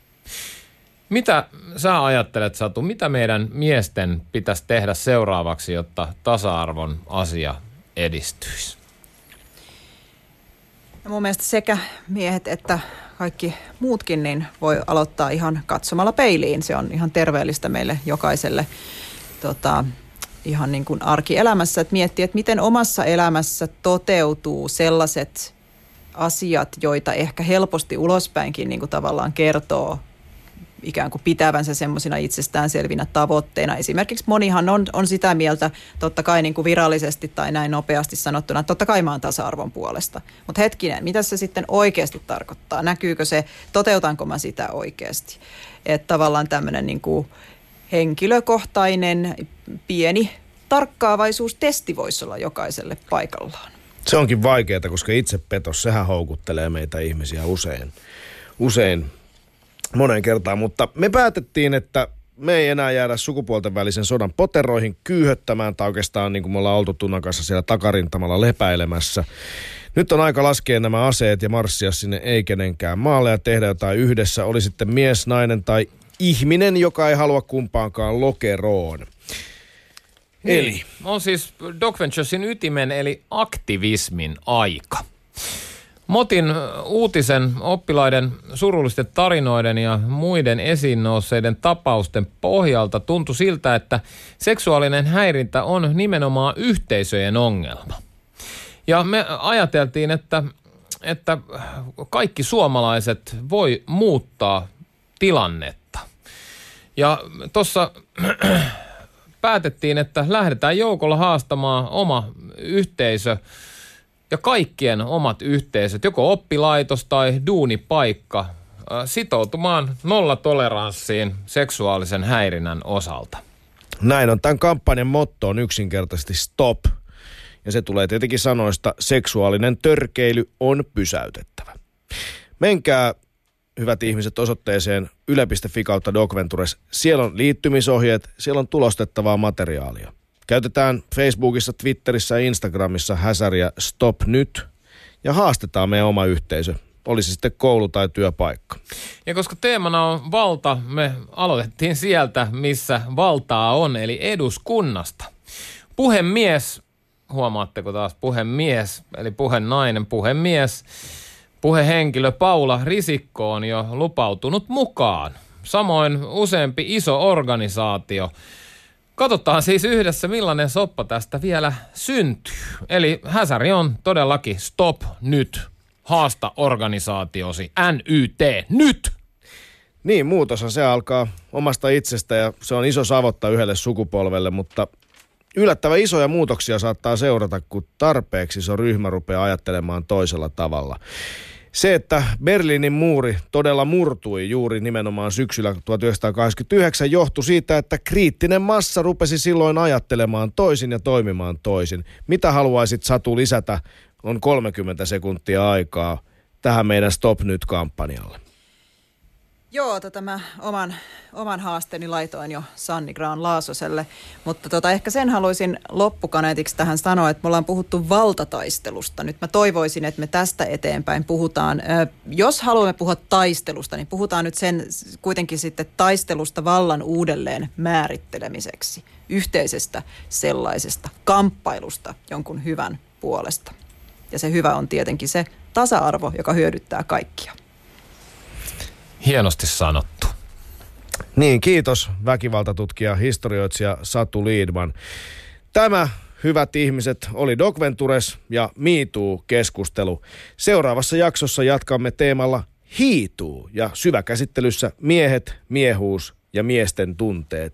Mitä sä ajattelet, Satu, mitä meidän miesten pitäisi tehdä seuraavaksi, jotta tasa-arvon asia edistyisi? Ja mun mielestä sekä miehet että kaikki muutkin niin voi aloittaa ihan katsomalla peiliin. Se on ihan terveellistä meille jokaiselle tota, ihan niin kuin arkielämässä, että miettiä, että miten omassa elämässä toteutuu sellaiset asiat, joita ehkä helposti ulospäinkin niin kuin tavallaan kertoo ikään kuin pitävänsä semmoisina itsestäänselvinä tavoitteina. Esimerkiksi monihan on, on sitä mieltä, totta kai niin kuin virallisesti tai näin nopeasti sanottuna, että totta kai mä oon tasa-arvon puolesta. Mutta hetkinen, mitä se sitten oikeasti tarkoittaa? Näkyykö se, toteutanko mä sitä oikeasti? Että tavallaan tämmöinen niin kuin henkilökohtainen pieni tarkkaavaisuustesti voisi olla jokaiselle paikallaan. Se onkin vaikeaa, koska itsepetos, sehän houkuttelee meitä ihmisiä usein, usein moneen kertaan. Mutta me päätettiin, että me ei enää jäädä sukupuolten välisen sodan poteroihin kyyhöttämään, tai oikeastaan niin kuin me ollaan oltu Tunnan kanssa siellä takarintamalla lepäilemässä. Nyt on aika laskea nämä aseet ja marssia sinne ei kenenkään maalle ja tehdä jotain yhdessä. Oli sitten mies, nainen tai ihminen, joka ei halua kumpaankaan lokeroon. Niin. Eli On siis Doc Venturesin ytimen eli aktivismin aika. Motin uutisen oppilaiden surullisten tarinoiden ja muiden esiin nousseiden tapausten pohjalta tuntui siltä, että seksuaalinen häirintä on nimenomaan yhteisöjen ongelma. Ja me ajateltiin, että, että kaikki suomalaiset voi muuttaa tilannetta. Ja tuossa päätettiin, että lähdetään joukolla haastamaan oma yhteisö ja kaikkien omat yhteisöt, joko oppilaitos tai duunipaikka, sitoutumaan nollatoleranssiin seksuaalisen häirinnän osalta. näin on. Tämän kampanjan motto on yksinkertaisesti stop. Ja se tulee tietenkin sanoista, seksuaalinen törkeily on pysäytettävä. Menkää, hyvät ihmiset, osoitteeseen yle piste fi kautta Doc Ventures. Siellä on liittymisohjeet, siellä on tulostettavaa materiaalia. Käytetään Facebookissa, Twitterissä ja Instagramissa häsäriä Stop Nyt ja haastetaan meidän oma yhteisö. Olisi sitten koulu tai työpaikka. Ja koska teemana on valta, me aloitettiin sieltä, missä valtaa on, eli eduskunnasta. Puhemies, huomaatteko taas puhemies, eli puhenainen, puhemies, puhehenkilö Paula Risikko on jo lupautunut mukaan. Samoin useampi iso organisaatio. Katsotaan siis yhdessä, millainen soppa tästä vielä syntyy. Eli häsäri on todellakin stop nyt. Haasta organisaatiosi N Y T nyt! Niin, muutoshan se alkaa omasta itsestä ja se on iso savotta yhdelle sukupolvelle, mutta yllättävän isoja muutoksia saattaa seurata, kun tarpeeksi iso ryhmä rupeaa ajattelemaan toisella tavalla. Se, että Berliinin muuri todella murtui juuri nimenomaan syksyllä tuhatyhdeksänsataakahdeksankymmentäyhdeksän, johtui siitä, että kriittinen massa rupesi silloin ajattelemaan toisin ja toimimaan toisin. Mitä haluaisit, Satu, lisätä? On kolmekymmentä sekuntia aikaa tähän meidän Stop Nyt-kampanjalle. Joo, tota mä oman, oman haasteeni laitoin jo Sanni Grahn-Laasoselle, mutta tota, ehkä sen haluaisin loppukaneetiksi tähän sanoa, että me ollaan puhuttu valtataistelusta. Nyt mä toivoisin, että me tästä eteenpäin puhutaan. Ö, jos haluamme puhua taistelusta, niin puhutaan nyt sen kuitenkin sitten taistelusta vallan uudelleen määrittelemiseksi, yhteisestä sellaisesta kamppailusta jonkun hyvän puolesta. Ja se hyvä on tietenkin se tasa-arvo, joka hyödyttää kaikkia. Hienosti sanottu. Niin, kiitos väkivaltatutkija, historioitsija Satu Liedman. Tämä, hyvät ihmiset, oli Doc Ventures ja Me Too-keskustelu. Seuraavassa jaksossa jatkamme teemalla He Too ja syväkäsittelyssä miehet, miehuus ja miesten tunteet.